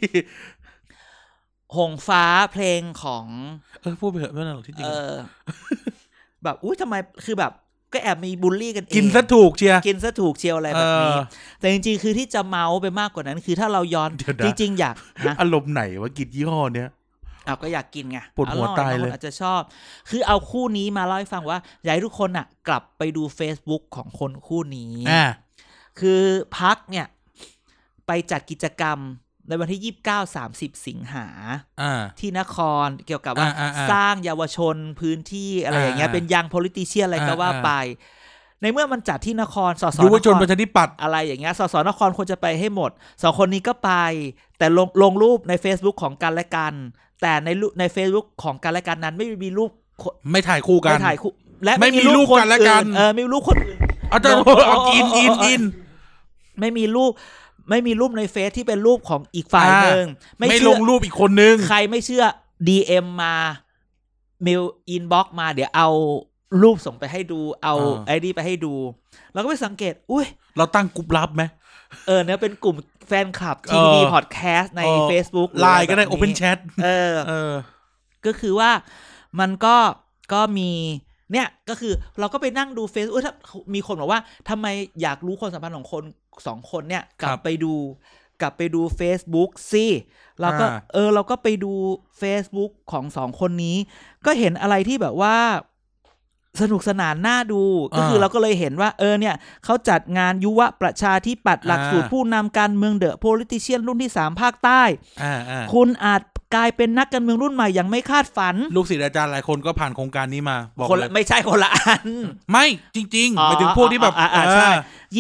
หงฟ้าเพลงของพูดไปเถอะไม่เป็นไรหรอกที่จริงแบบอุ้ยทำไมคือแบบก็แอบมีบูลลี่กันเองกินซะถูกเชียวอะไรแบบนี้แต่จริงๆคือที่จะเมาไปมากกว่านั้นคือถ้าเราย้อนจริงๆอยากอารมณ์ไหนว่ากินยี่ห้อเนี้ยก็อยากกินไงปวดหัวตายเลยอาจจะชอบคือเอาคู่นี้มาเล่าให้ฟังว่าอยากให้ทุกคนกลับไปดู Facebook ของคนคู่นี้คือพักเนี่ยไปจัดกิจกรรมในวันที่29-30 สิงหาที่นครเกี่ยวกับว่าสร้างเยาวชนพื้นที่อะไรอย่างเงี้ยเป็นยัง politician อะไรก็ว่าไปในเมื่อมันจัดที่นครสสยุวชนประชาธิปัตย์อะไรอย่างเงี้ยสสนครควรจะไปให้หมด2คนนี้ก็ไปแต่ลงรูปใน Facebook ของกันและกันแต่ใน Facebook ของกันและกันนั้นไม่มีรูปไม่ถ่ายคู่กันและไม่มีรูปกันและกันไม่มีรูปคนอื่นอินไม่มีรูปในเฟซที่เป็นรูปของอีกฝ่ายนึงไม่ลงรูปอีกคนนึงใครไม่เชื่อ DM มาเมลอินบ็อกซ์มาเดี๋ยวเอารูปส่งไปให้ดูเอาไอดีไปให้ดูเราก็ไปสังเกตอุ้ยเราตั้งกลุ่มลับไหมเนี่ยเป็นกลุ่มแฟนคลับ TVD Podcast ใน Facebook ไลน์ก็ได้ Open Chat ก็คือว่ามันก็มีเนี่ยก็คือเราก็ไปนั่งดู Facebook ถ้ามีคนบอกว่าทำไมอยากรู้ความสัมพันธ์ของคน2คนเนี่ยกลับไปดู Facebook สิเราก็ไปดู Facebook ของ2คนนี้ก็เห็นอะไรที่แบบว่าสนุกสนานน่าดูก็คือเราก็เลยเห็นว่าเนี่ยเขาจัดงานยุวประชาธิปัตย์หลักสูตรผู้นำการเมืองเดอะโพลิติเชียนรุ่นที่3ภาคใต้คุณอาจกลายเป็นนักการเมืองรุ่นใหม่อย่างไม่คาดฝันลูกศิษย์อาจารย์หลายคนก็ผ่านโครงการนี้มาบอกเลยไม่ใช่คนละอันไม่จริงๆหมายถึงพวกที่แบบใช่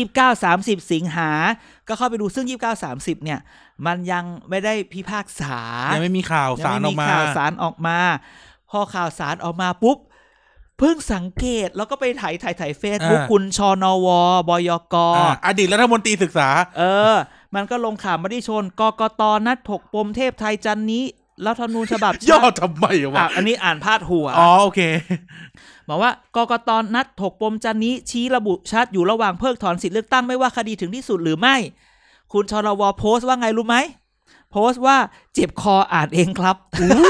29-30 สิงหาก็เข้าไปดูซึ่ง29-30เนี่ยมันยังไม่ได้พิพากษายังไม่มีข่าวสารออกมาพอข่าวสารออกมาปุ๊บเพิ่งสังเกตแล้วก็ไปถ่ายเฟซบุ๊กคุณชนวบยกอดีตรัฐมนตรีศึกษามันก็ลงข่าวมาที่ชนกกตนัดถกปมเทพไทยจันนี้รัฐธรรมนูญฉบับย่อทำไมวะอันนี้อ่านพาดหัวโอเคบอกว่ากกตนัดถกปมจันนี้ชี้ระบุชัดอยู่ระหว่างเพิกถอนสิทธิเลือกตั้งไม่ว่าคดีถึงที่สุดหรือไม่คุณชนวโพสต์ว่าไงรู้ไหมโพสต์ว่าเจ็บคออ่านเองครับ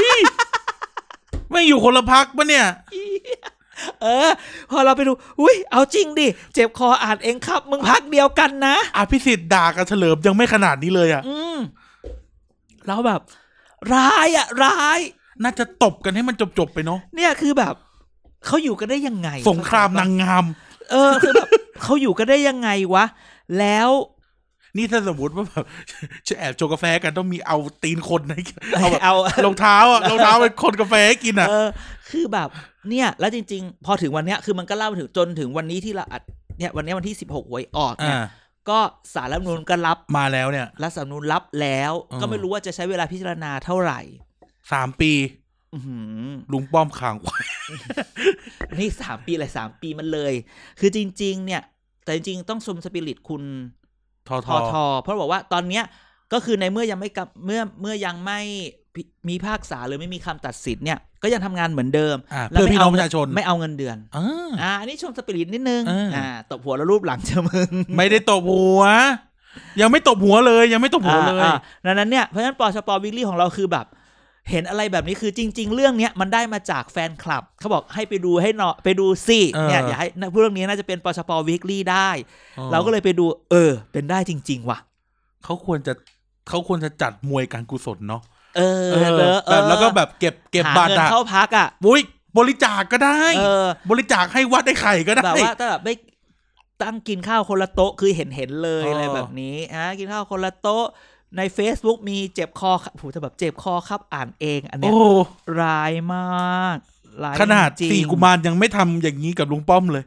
ไม่อยู่คนละพักปะเนี่ยพอเราไปดูอุ้ยเอาจริงดิเจ็บคออ่านเองครับมึงพักเดียวกันนะอภิสิทธิ์ด่ากันเฉลิมยังไม่ขนาดนี้เลยเราแบบร้ายน่าจะตบกันให้มันจบไปเนาะเนี่ยคือแบบเขาอยู่กันได้ยังไงสงครามนางงามคือแบบเขาอยู่กันได้ยังไงวะแล้วนี่ถ้าสมมติว่าแบบจะแอบโจกาแฟกันต้องมีเอาตีนคนเอารองเท้าเป็นคนกาแฟให้กินคือแบบเนี่ยแล้วจริงๆพอถึงวันเนี้ยคือมันก็เล่าถึงจนถึงวันนี้ที่เราอัดเนี่ยวันนี้วันที่16หวยออกเนี่ยก็ศาลรัฐธรรมนูญก็รับมาแล้วเนี่ยรัฐธรรมนูญรับแล้วก็ไม่รู้ว่าจะใช้เวลาพิจารณาเท่าไหร่ 3 ปีลุงป้อมค้างไว้นี่3 ปีอะไร3 ปีมันเลยคือจริงๆเนี่ยแต่จริงๆต้องชมสปิริตคุณทอเพราะบอกว่าตอนเนี้ยก็คือในเมื่อยังไม่เมื่อยังไม่มีพิพากษาหรือไม่มีคำตัดสินเนี่ยก็ยังทำงานเหมือนเดิมเพื่อพี่น้องประชาชนไม่เอาเงินเดือนอันนี้ชมสปิริตนิดนึงตบหัวแล้วรูปหลังเจอมึงไม่ได้ตบหัวยังไม่ตบหัวเลยนั้นเนี่ยเพราะฉะนั้นปชป.วีคลี่ของเราคือแบบเห็นอะไรแบบนี้คือจริงๆเรื่องเนี้ยมันได้มาจากแฟนคลับเขาบอกให้ไปดูให้เนาะไปดูสิเนี่ยอย่าให้เรื่องนี้น่าจะเป็นปชป.วีคลี่ได้เราก็เลยไปดูเป็นได้จริงๆว่ะเขาควรจะจัดมวยการกุศลเนาะแล้วก็แบบเก็บบัตรเข้าพักบริจาคก็ได้บริจาคให้วัดไอ้ไข่ก็ได้แบบว่าถ้าแบบไม่ตั้งกินข้าวคนละโต๊ะคือเห็นเลยอะไรแบบนี้กินข้าวคนละโต๊ะใน Facebook มีเจ็บคอผมจะแบบเจ็บคอครับอ่านเองอันเนี้ยร้ายมากขนาด4 กุมารยังไม่ทำอย่างนี้กับลุงป้อมเลย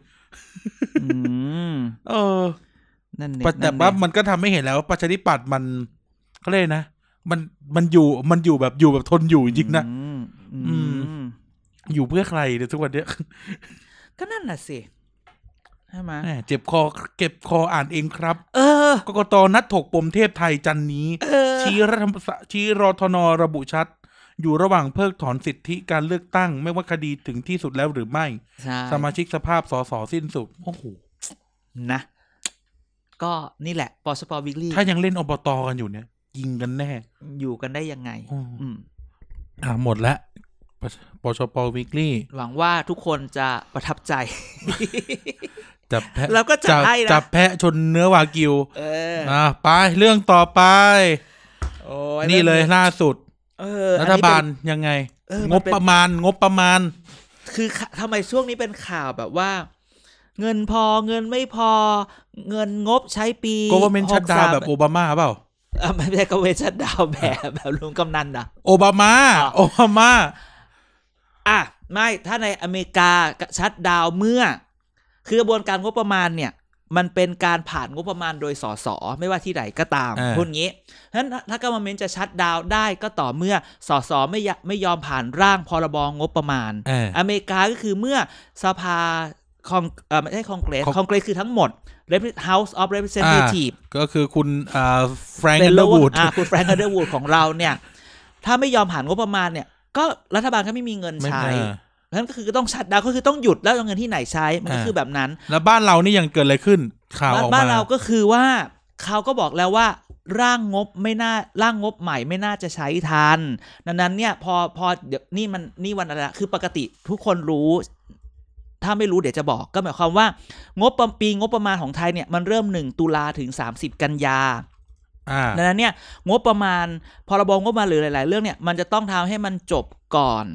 นั่นแต่ว่ามันก็ทำให้เห็นแล้วว่าประชาธิปัตย์มันเขาเรียกนะมันอยู่แบบทนอยู่จริงๆนะอยู่เพื่อใครในทุกวันเนี้ยก็นั่นน่ะสิใช่ไหมเจ็บคอเก็บคออ่านเองครับกกต.นัดถกปมเทพไทยจันนี้ชี้รทน.ระบุชัดอยู่ระหว่างเพิกถอนสิทธิการเลือกตั้งไม่ว่าคดีถึงที่สุดแล้วหรือไม่สมาชิกสภาพสสสิ้นสุดโอ้โหนะก็นี่แหละปชป.วีคลี่ถ้ายังเล่นอบต.กันอยู่เนี่ยยิงกันแน่อยู่กันได้ยังไงหมดแล้วปชป.วีคลี่หวังว่าทุกคนจะประทับใจจับแพะแล้วก็จับแพะชนเนื้อวากิวไปเรื่องต่อไปนี่เลยล่าสุดรัฐบาลยังไงงบประมาณคือทำไมช่วงนี้เป็นข่าวแบบว่าเงินพอเงินไม่พอเงินงบใช้ปี government shutdown แบบโอบามาเปล่าไม่ใช่government shutdown แบบลุงกำนันนะโอบามาไม่ถ้าในอเมริกาชัตดาวน์เมื่อคือกระบวนการงบประมาณเนี่ยมันเป็นการผ่านงบประมาณโดยสสไม่ว่าที่ไหนก็ตามพูดงี้เพราะฉะนั้นถ้ากัฟเวอร์เมนต์จะชัตดาวน์ได้ก็ต่อเมื่อสสไม่ยอมผ่านร่างพรบงบประมาณอเมริกาก็คือเมื่อสภาไม่ใช่คอนเกรสคือทั้งหมด House of Representatives ก็คือคุณแฟรงค์ อันเดอร์วูดคุณแฟรงค์ อันเดอร์วูดของเราเนี่ยถ้าไม่ยอมผ่านงบประมาณเนี่ยก็รัฐบาลก็ไม่มีเงินใช้เพราะฉะนั้นก็คือต้องชัตดาวน์ก็คือต้องหยุดแล้วเอาเงินที่ไหนใช้มันก็คือแบบนั้นแล้วบ้านเรานี่ยังเกิดอะไรขึ้นข่าวออกมาบ้านเราก็คือว่าเขาก็บอกแล้วว่าร่างงบใหม่ไม่น่าจะใช้ทันดังนั้นเนี่ยพอเดี๋ยวนี่วันอะไรคือปกติทุกคนรู้ถ้าไม่รู้เดี๋ยวจะบอกก็หมายความว่างบประมาณของไทยเนี่ยมันเริ่ม1 ตุลาถึง30 กันยาดังนั้นเนี่ยงบประมาณพรบงบประมาณหรือหลายๆเรื่องเนี่ยมันจะต้องทำให้มันจบก่อน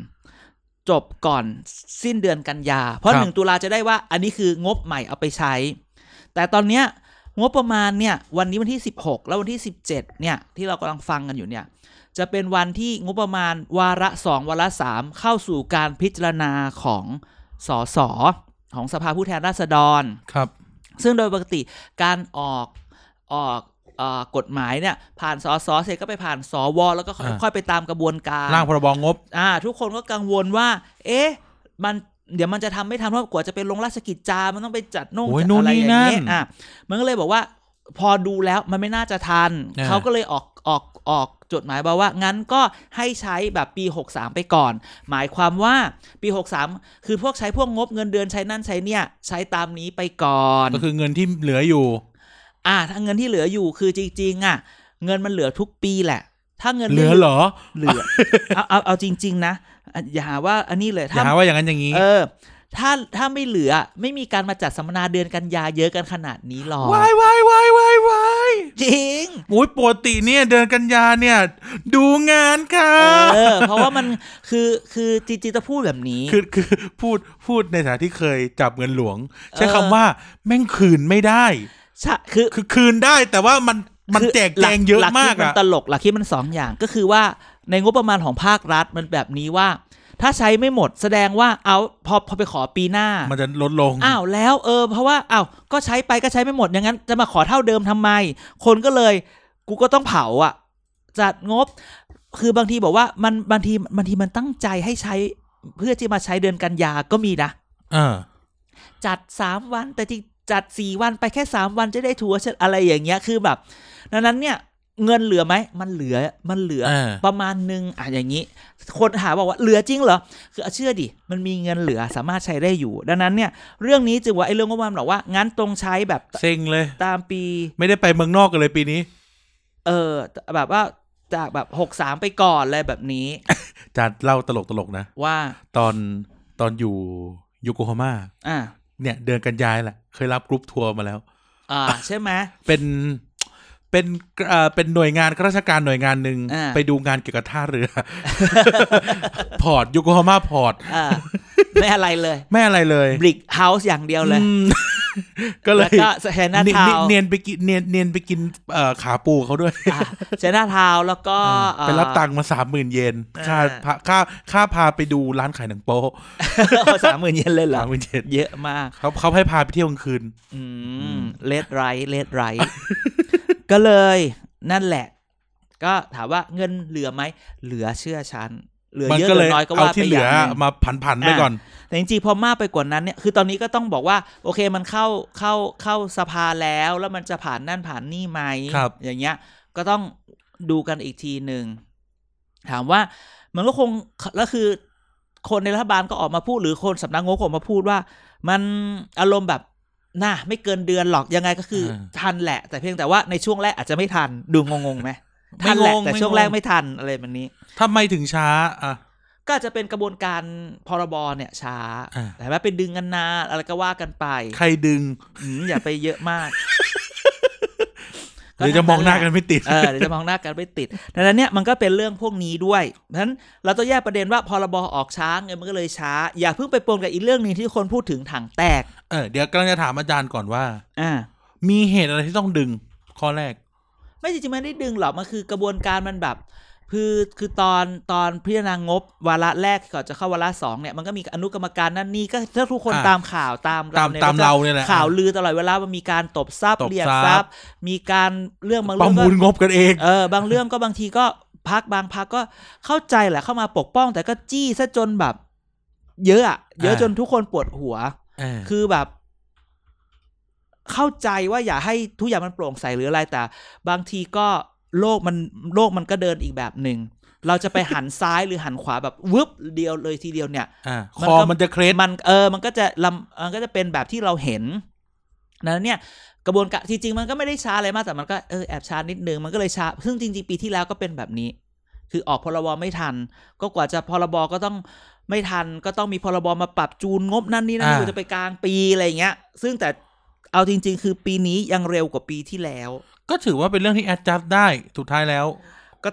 สิ้นเดือนกันยาเพราะ1 ตุลาจะได้ว่าอันนี้คืองบใหม่เอาไปใช้แต่ตอนเนี้ยงบประมาณเนี่ยวันนี้วันที่16แล้ววันที่17เนี่ยที่เรากำลังฟังกันอยู่เนี่ยจะเป็นวันที่งบประมาณวาระ2วาระ3เข้าสู่การพิจารณาของสสของสภาผู้แทนราษฎรครับซึ่งโดยปกติการออกกฎหมายเนี่ยผ่านสสเสร็จก็ไปผ่านสวแล้วก็ค่อยไปตามกระบวนการร่างพรบงบทุกคนก็กังวลว่าเดี๋ยวมันจะทำไม่ทันเพราะกว่าจะไปลงราชกิจจามันต้องไปจัดอะไรอย่างเงี้ยมันก็เลยบอกว่าพอดูแล้วมันไม่น่าจะทันเขาก็เลยออกจดหมายบอกว่างั้นก็ให้ใช้แบบปี63ไปก่อนหมายความว่าปี63คือใช้พวกงบเงินเดือนใช้นั่นใช้เนี่ยใช้ตามนี้ไปก่อนก็คือเงินที่เหลืออยู่ถ้าเงินที่เหลืออยู่คือจริงๆเงินมันเหลือทุกปีแหละถ้าเงินเหลือเหรอเหลือเอาจริงๆนะอย่าหาว่าอันนี้เลยอย่าหาว่าอย่างนั้นอย่างนี้ถ้าไม่เหลือไม่มีการมาจัดสัมมนาเดือนกันยาเยอะกันขนาดนี้หรอกวายจริงปกติเนี่ยเดือนกันยาเนี่ยดูงานค่ะเพราะว่ามันคือจริงๆจะพูดแบบนี้คือพูดในฐานะที่เคยจับเงินหลวงใช้คำว่าแม่งคืนไม่ได้ใช่คือคืนได้แต่ว่ามันแจกแจงเยอะมากมันตลกหลักคิดมัน2อย่างก็คือว่าในงบประมาณของภาครัฐมันแบบนี้ว่าถ้าใช้ไม่หมดแสดงว่าพอไปขอปีหน้ามันจะลดลงแล้วเพราะว่าก็ใช้ไปก็ใช้ไม่หมดอย่างนั้นจะมาขอเท่าเดิมทำไมคนก็เลยกูก็ต้องเผาจัดงบคือบางทีบอกว่ามันบางทีมันตั้งใจให้ใช้เพื่อที่มาใช้เดือนกันยาก็มีนะจัด3วันแต่ที่จัด4วันไปแค่3วันจะได้ทัวร์อะไรอย่างเงี้ยคือแบบดังนั้นเนี่ยเงินเหลือไหมมันเหลือประมาณนึงอย่างนี้คนหาบอกว่าเหลือจริงเหรอคือเชื่อดิมันมีเงินเหลือสามารถใช้ได้อยู่ดังนั้นเนี่ยเรื่องนี้จึงว่าไอ้เรื่องงบประมาณบอกว่างั้นตรงใช้แบบเซ็งเลยตามปีไม่ได้ไปเมืองนอกกันเลยปีนี้แบบว่าจากแบบ63ไปก่อนอะไรแบบนี้จะเล่าตลกนะว่าตอนอยู่โยโกฮาม่าเนี่ยเดือนกันยายแหละเคยรับกรุ๊ปทัวร์มาแล้วใช่ไหมเป็นหน่วยงานราชการหน่วยงานหนึ่งไปดูงานเกี่ยวกับท่าเรือ พอร์ตโยโกฮาม่าพอร์ตไม่อะไรเลยบริกเฮาส์อย่างเดียวเลยก็เลยเชน่าทาวเนียนไปกินขาปูเขาด้วยเชน่าทาวแล้วก็ไปรับตังค์มา 30,000 เยนค่าพาไปดูร้านขายหนังโป๊ 30,000 เยนเลยเหรอ 30,000 เยนเยอะมากเขาให้พาไปเที่ยวกลางคืนเลดไรท์ก็เลยนั่นแหละก็ถามว่าเงินเหลือไหมเหลือเชื่อฉันเหลือเยอะหรือน้อยก็ว่าไปอย่างนึงมาผันไปก่อนแต่จริงๆพอมากไปกว่านั้นเนี่ยคือตอนนี้ก็ต้องบอกว่าโอเคมันเข้าสภาแล้วมันจะผ่านนั่นผ่านนี่ไหมอย่างเงี้ยก็ต้องดูกันอีกทีนึงถามว่ามันก็คงแล้วคือคนในรัฐบาลก็ออกมาพูดหรือคนสำนักงบออกมาพูดว่ามันอารมณ์แบบน่ะไม่เกินเดือนหรอกยังไงก็คือทันแหละแต่เพียงแต่ว่าในช่วงแรกอาจจะไม่ทันดูงงไหมทันแหละแต่ช่วงแรกไม่ทันอะไรแบบนี้ทำไมถึงช้าก็จะเป็นกระบวนการพรบเนี่ยช้าแต่ว่าเป็นดึงกันนานอะไรก็ว่ากันไปใครดึงอย่าไปเยอะมากเดี๋ยวจะมองหน้ากันไม่ติดเดี๋ยวจะมองหน้ากันไม่ติดดังนั้นเนี่ยมันก็เป็นเรื่องพวกนี้ด้วยเพราะฉะนั้นเราต้องแยกประเด็นว่าพรบออกช้าเงินมันก็เลยช้าอย่าเพิ่งไปปนกับอีกเรื่องนึงที่คนพูดถึงถังแตกเดี๋ยวกำลังจะถามอาจารย์ก่อนว่ามีเหตุอะไรที่ต้องดึงข้อแรกไม่จริงๆไม่ได้ดึงหรอกมันคือกระบวนการมันแบบคือตอนพิจารณางบวาระแรกก่อนจะเข้าวาระ2เนี่ยมันก็มีอนุกรรมการนั่นนี่ก็ถ้าทุกคนตามข่าวตามเราเนี่ยแหละข่าวลือตลอดเวลามันมีการตบทรัพย์เรียกทรัพย์มีการเรื่องบางเรื่องประมูลงบกันเองบางเรื่องก็บางทีก็บางพักก็เข้าใจแหละเข้ามาปกป้องแต่ก็จี้ซะจนแบบเยอะจนทุกคนปวดหัวคือแบบเข้าใจว่าอย่าให้ทุกอย่างมันโปร่งใสหรืออะไรแต่บางทีก็โลกมันก็เดินอีกแบบหนึ่งเราจะไปหันซ้ายหรือหันขวาแบบวึบเดียวเลยทีเดียวเนี่ยคอมันจะเคล็ดมันก็จะเป็นแบบที่เราเห็นนั้นเนี่ยกระบวนการจริงๆมันก็ไม่ได้ช้าอะไรมากแต่มันก็แอบช้านิดนึงมันก็เลยช้าซึ่งจริงๆปีที่แล้วก็เป็นแบบนี้คือออกพรบไม่ทันก็กว่าจะพรบก็ต้องไม่ทันก็ต้องมีพรบมาปรับจูนงบนั่นนี่จะไปกลางปีอะไรอย่างเงี้ยซึ่งแต่เอาจริงๆคือปีนี้ยังเร็วกว่าปีที่แล้วก็ถือว่าเป็นเรื่องที่ adjust ได้สุดท้ายแล้วก็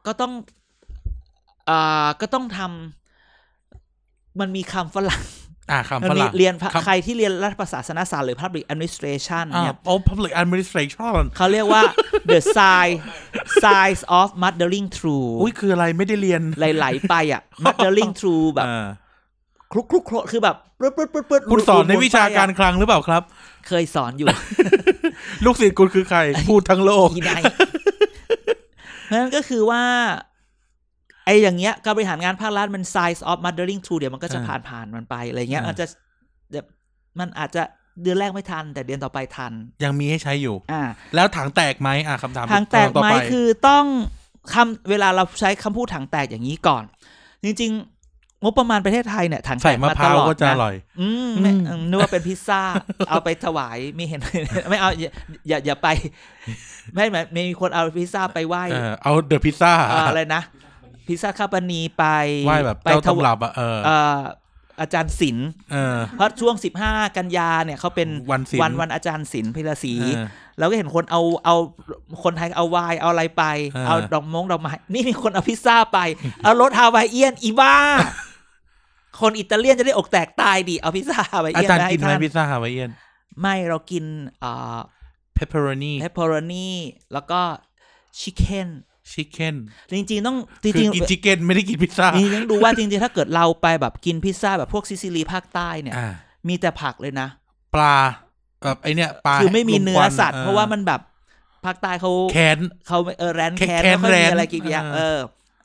ต้องทำมันมีคำฝรั่งคำฝรั่งเรียนใครที่เรียนรัฐประศาสนศาสตร์หรือ public administration เนี่ย public administration เขาเรียกว่า the science of muddling through คืออะไรไม่ได้เรียนไหลๆไปmuddling through แบบคลุกคือแบบปึ๊ดคุณสอนในวิชาการคลังหรือเปล่าครับเคยสอนอยู่ลูกศิษย์คุณคือใครพูดทั้งโลกนั่นก็คือว่าไอ้อย่างเงี้ยการบริหารงานภาครัฐมัน science of muddling through เดี๋ยวมันก็จะผ่านมันไปอะไรเงี้ยมันอาจจะเดือนแรกไม่ทันแต่เดือนต่อไปทันยังมีให้ใช้อยู่แล้วถังแตกไหมคำถามถังแตกไหมคือต้องเวลาเราใช้คำพูดถังแตกอย่างนี้ก่อนจริงๆงบประมาณประเทศไทยเนี่ยถังแตกมาตลอดก็จะอร่อยนึกว่าเป็นพิซซ่าเอาไปถวายไม่เห็นไม่เอาอย่าไปไม่เหมือนมีคนเอาพิซซ่าไปไหว้เอาเดอะพิซซ่าอะไรนะพิซซ่าคาปานีไปไหว้แบบไปถวายอาจารย์ศิลป์เพราะช่วง15กันยาเนี่ยเขาเป็นวันอาจารย์ศิลป์พิรศรีแล้วก็เห็นคนเอาคนไทยเอาไวน์เอาอะไรไปเอาดอกไม้นี่มีคนเอาพิซซ่าไปเอารสฮาวายเอียนอีบ้าคนอิตาเลียนจะได้อกแตกตายดิเอาพิซซ่าฮาวายเอียนอาจารย์กินไหมพิซซ่าฮาวายเอียนไม่เรากินเปปเปอโรนีแล้วก็ชิคเก้นจริงๆต้องจริงๆกินชิคเก้นไม่ได้กินพิซซ่าจริงๆดูว่าจริงๆถ้าเกิดเราไปแบบกินพิซซ่าแบบพวกซิซิลีภาคใต้เนี่ยมีแต่ผักเลยนะปลาแบบไอเนี่ยปลาคือไม่มีเนื้อสัตว์เพราะว่ามันแบบภาคใต้เขาแรนแคนไม่ค่อยมีอะไรกินอย่าง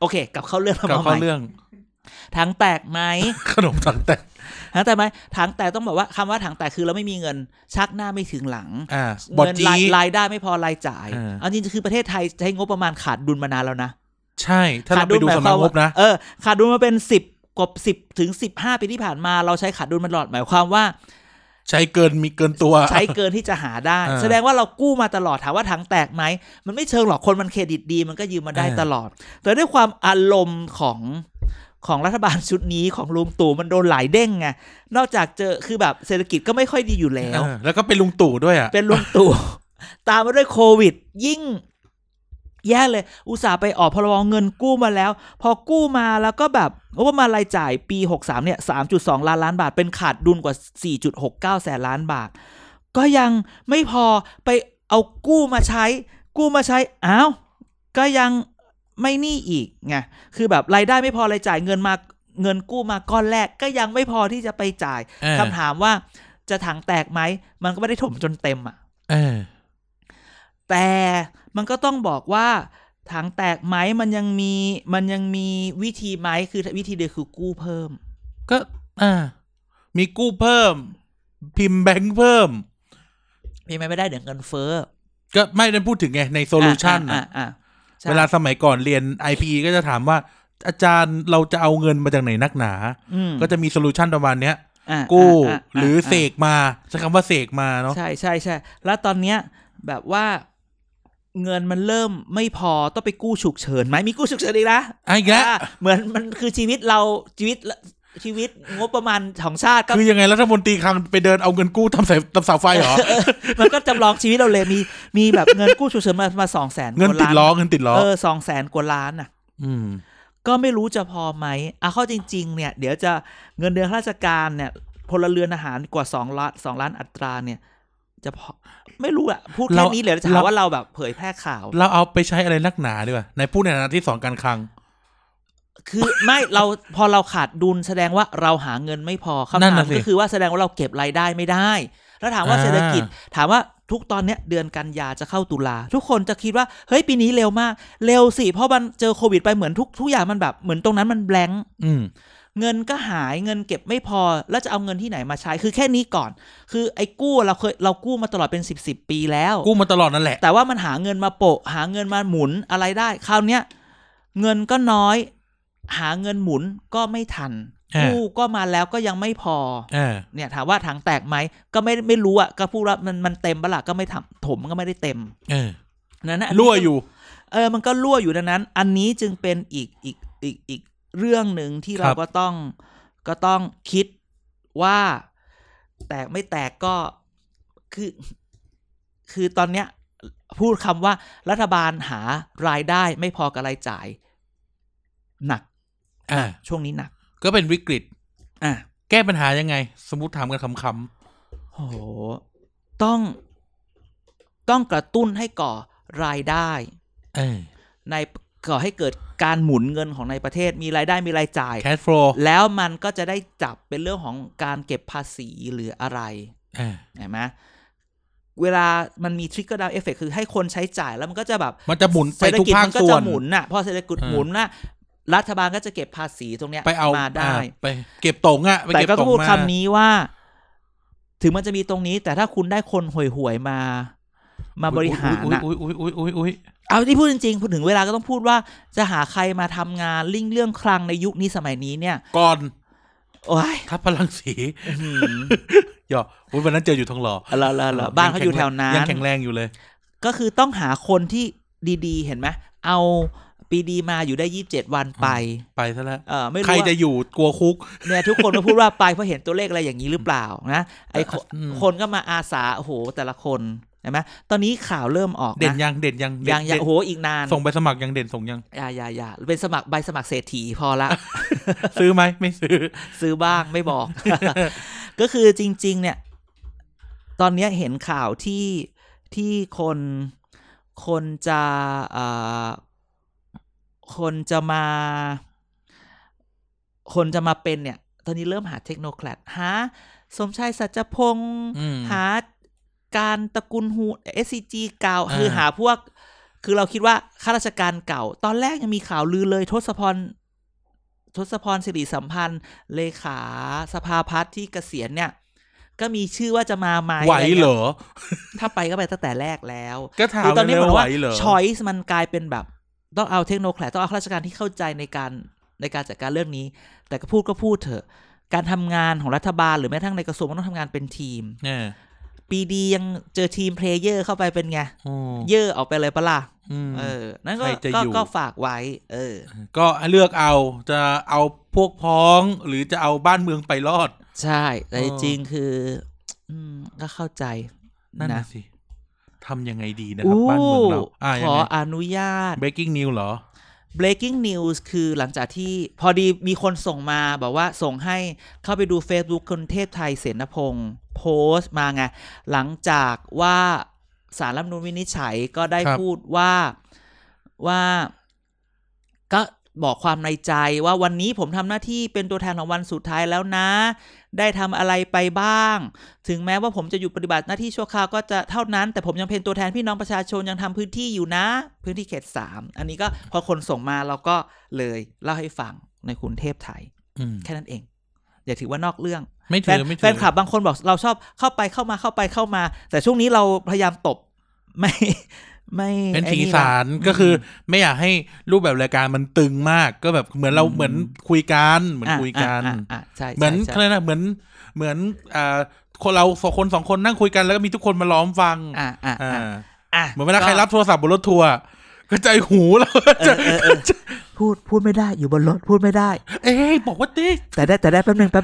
โอเคกลับเข้าเรื่องกลับเข้าเรื่องถังแตกไหมขนมถังแตกถังแตกไหมถังแตกต้องบอกว่าคำว่าถังแตกคือเราไม่มีเงินชักหน้าไม่ถึงหลังบอดเงินจีรายได้ไม่พอรายจ่ายอันนี้คือประเทศไทยใช้งบประมาณขาดดุลมานานแล้วนะใช่ถ้าเราไปดูสำนักงบนะขาดดุลมาเป็น10 กว่า 10 ถึง 15 ปีที่ผ่านมาเราใช้ขาดดุลมาตลอดหมายความว่าใช้เกินมีเกินตัวใช้เกินที่จะหาได้แสดงว่าเรากู้มาตลอดถามว่าถังแตกไหมมันไม่เชิงหรอกคนมันเครดิตดีมันก็ยืมมาได้ตลอดแต่ด้วยความอารมณ์ของรัฐบาลชุดนี้ของลุงตู่มันโดนหลายเด้งไงนอกจากเจอคือแบบเศรษฐกิจก็ไม่ค่อยดีอยู่แล้วแล้วก็เป็นลุงตู่ด้วยอ่ะเป็นลุงตู่ ตามมาด้วยโควิดยิ่งแย่เลยอุตส่าห์ไปออกพรบเงินกู้มาแล้วพอกู้มาแล้วก็แบบงบประมาณรายจ่ายปี63เนี่ย 3.2 ล้านบาทเป็นขาดดุลกว่า 4.69 แสนล้านบาทก็ยังไม่พอไปเอากู้มาใช้อ้าวก็ยังไม่นี่อีกไงคือแบบรายได้ไม่พอรายจ่ายเงินกู้มาก้อนแรกก็ยังไม่พอที่จะไปจ่ายคำถามว่าจะถังแตกไหมมันก็ไม่ได้ถมจนเต็มอ่ะแต่มันก็ต้องบอกว่าถังแตกไหมมันยังมีวิธีไหมคือวิธีเดียวคือกู้เพิ่มก็มีกู้เพิ่มพิมพ์แบงค์เพิ่มพิมพ์ไม่ได้เดี๋ยวเงินเฟ้อก็ไม่ได้พูดถึงไงในโซลูชันเวลาสมัยก่อนเรียน IPE ก็จะถามว่าอาจารย์เราจะเอาเงินมาจากไหนนักหนาก็จะมีโซลูชันประมาณเนี้ยกู้หรือเสกมาใช้คำว่าเสกมาเนาะใช่แล้วตอนเนี้ยแบบว่าเงินมันเริ่มไม่พอต้องไปกู้ฉุกเฉินไหมมีกู้ฉุกเฉินอีกนะอีกแล้วเหมือนมันคือชีวิตงบประมาณของชาติก็คือยังไงรัฐมนตรีคลังไปเดินเอาเงินกู้ทำเสาไฟเหรอมันก็จำลองชีวิตเราเลยมีแบบเงินกู้ฉุกเฉินมา 200,000 เงินติดล้อ 200,000 กว่าล้านน่ะก็ไม่รู้จะพอไหมเข้าจริงๆเนี่ยเดี๋ยวจะเงินเดือนข้าราชการเนี่ยพลเรือนอาหารกว่า2 ล้านอัตราเนี่ยจะพอไม่รู้อะพูดแค่นี้เลยจะหาว่าเราแบบเผยแพร่ข่าวเราเอาไปใช้อะไรนักหนาดีกว่าในผู้ในฐานะที่สอนการคลังคือไม่พอเราขาดดุลแสดงว่าเราหาเงินไม่พอคำถามก็คือว่าแสดงว่าเราเก็บรายได้ไม่ได้แล้วถามว่าเศรษฐกิจถามว่าทุกตอนเนี้ยเดือนกันยาจะเข้าตุลาทุกคนจะคิดว่าเฮ้ยปีนี้เร็วมากเร็วสิเพราะมันเจอโควิดไปเหมือนทุกอย่างมันแบบเหมือนตรงนั้นมันแบงค์เงินก็หายเงินเก็บไม่พอแล้วจะเอาเงินที่ไหนมาใช้คือแค่นี้ก่อนคือไอ้กู้เรากู้มาตลอดเป็น10 ปีแล้วกู้มาตลอดนั่นแหละแต่ว่ามันหาเงินมาโปะหาเงินมาหมุนอะไรได้คราวเนี้ยเงินก็น้อยหาเงินหมุนก็ไม่ทันกู้ก็มาแล้วก็ยังไม่พอเนี่ยถามว่าถังแตกไหมก็ไม่รู้อ่ะก็พูดว่ามันเต็มปะล่ะก็ไม่ถมก็ไม่ได้เต็มนั่นนะรั่วอยู่มันก็รั่วอยู่ดังนั้นอันนี้จึงเป็นอีกเรื่องหนึ่งที่เราก็ต้องคิดว่าแตกไม่แตกก็คือตอนเนี้ยพูดคำว่ารัฐบาลหารายได้ไม่พอกับรายจ่ายหนักช่วงนี้หนักก็เป็นวิกฤตแก้ปัญหายังไงสมมุติถามกันคำๆโอ้โหต้องกระตุ้นให้ก่อรายได้ในก่อให้เกิดการหมุนเงินของในประเทศมีรายได้มีรายจ่าย cash flow แล้วมันก็จะได้จับเป็นเรื่องของการเก็บภาษีหรืออะไรเห็นไหมเวลามันมี trigger down effect คือให้คนใช้จ่ายแล้วมันก็จะแบบมันจะหมุนไปทุกภาคส่วนหมุนน่ะพอเศรษฐกิจหมุนน่ะรัฐบาลก็จะเก็บภาษีตรงเนี้ยมาได้ไปเก็บตรงอ่ะแต่ก็ต้องพูดคำนี้ว่าถึงมันจะมีตรงนี้แต่ถ้าคุณได้คนห่วยๆมาบริหารนะเอาที่พูดจริงๆพูดถึงเวลาก็ต้องพูดว่าจะหาใครมาทำงานลิ่งเรื่องคลังในยุคนี้สมัยนี้เนี่ยก่อนโอ้ยทัพพลังสีย่อวันนั้นเจออยู่ทองหล่อบ้านเขาอยู่แถวนั้นยังแข็งแรงอยู่เลยก็คือต้องหาคนที่ดีๆเห็นไหมเอาปีดีมาอยู่ได้27 วันไปซะแล้วไม่รู้ใครจะอยู่กลัวคุกเนี่ยทุกคนก็พูดว่าไปเพราะเห็นตัวเลขอะไรอย่างนี้หรือเปล่านะไอ้คนก็มาอาสาโอ้โหแต่ละคนเห็นไหมตอนนี้ข่าวเริ่มออกนะเด่นยังโอ้โหอีกนานส่งใบสมัครยังเด่นส่งยังอย่าเป็นสมัครใบสมัครเศรษฐีพอละซื้อไหมไม่ซื้อบ้างไม่บอก ก็คือจริงๆเนี่ยตอนนี้เห็นข่าวที่คนจะมาเป็นเนี่ยตอนนี้เริ่มหาเทคโนแครดหาสมชายสัจพงษ์หาการตระกูลฮูSCG เก่าคือหาพวกคือเราคิดว่าข้าราชการเก่าตอนแรกยังมีข่าวลือเลยทศพรสิริสัมพันธ์เลขาสภาพัฒน์ที่เกษียณเนี่ยก็มีชื่อว่าจะมาไหมไหวเหรอถ้าไปก็ไปตั้งแต่แรกแล้วก็ถามตอนนี้เหมือนว่า choice มันกลายเป็นแบบต้องเอาเทคโนแครต้องเอาข้าราชการที่เข้าใจในการจัดการเรื่องนี้แต่ก็พูดเถอะการทำงานของรัฐบาลหรือแม้กระทั่งในกระทรวงมันต้องทำงานเป็นทีมปีดียังเจอทีมเพลเยอร์เข้าไปเป็นไงเยอะออกไปเลยปะล่ะนั่นก็ฝากไว้ก็เลือกเอาจะเอาพวกพ้องหรือจะเอาบ้านเมืองไปรอดใช่แต่จริงคือก็เข้าใจนั่นนะสิทำยังไงดีนะครับบ้านเมืองเราขออนุญาต breaking news เหรอ breaking news คือหลังจากที่พอดีมีคนส่งมาบอกว่าส่งให้เข้าไปดู Facebook คนเทพไทยเสนพงศ์โพสต์มาไงหลังจากว่าศาลรัฐธรรมนูญวินิจฉัยก็ได้พูดว่าก็บอกความในใจว่าวันนี้ผมทำหน้าที่เป็นตัวแทนของวันสุดท้ายแล้วนะได้ทำอะไรไปบ้างถึงแม้ว่าผมจะอยู่ปฏิบัติหน้าที่ชั่วคราวก็จะเท่านั้นแต่ผมยังเป็นตัวแทนพี่น้องประชาชนยังทำพื้นที่อยู่นะพื้นที่เขต3อันนี้ก็พอคนส่งมาเราก็เลยเล่าให้ฟังในคุณเทพไทยแค่นั้นเองอย่าถือว่านอกเรื่องไม่ถือแฟนคลับบางคนบอกเราชอบเข้ามาแต่ช่วงนี้เราพยายามตบไม่เป็นสีสันก็คือไม่อยากให้รูปแบบรายการมันตึงมากก็แบบเหมือนเราเหมือนคุยกันเหมือนคุยกันเหมือนอะไรนะเหมือนคนเราคน2คนนั่งคุยกันแล้วก็มีทุกคนมาล้อมฟังเหมือนเวลาใครรับโทรศัพท์บนรถทัวร์ก็ใจหูเราพูดไม่ได้อยู่บนรถพูดไม่ได้บอกว่าดิแต่ได้แป๊บนึง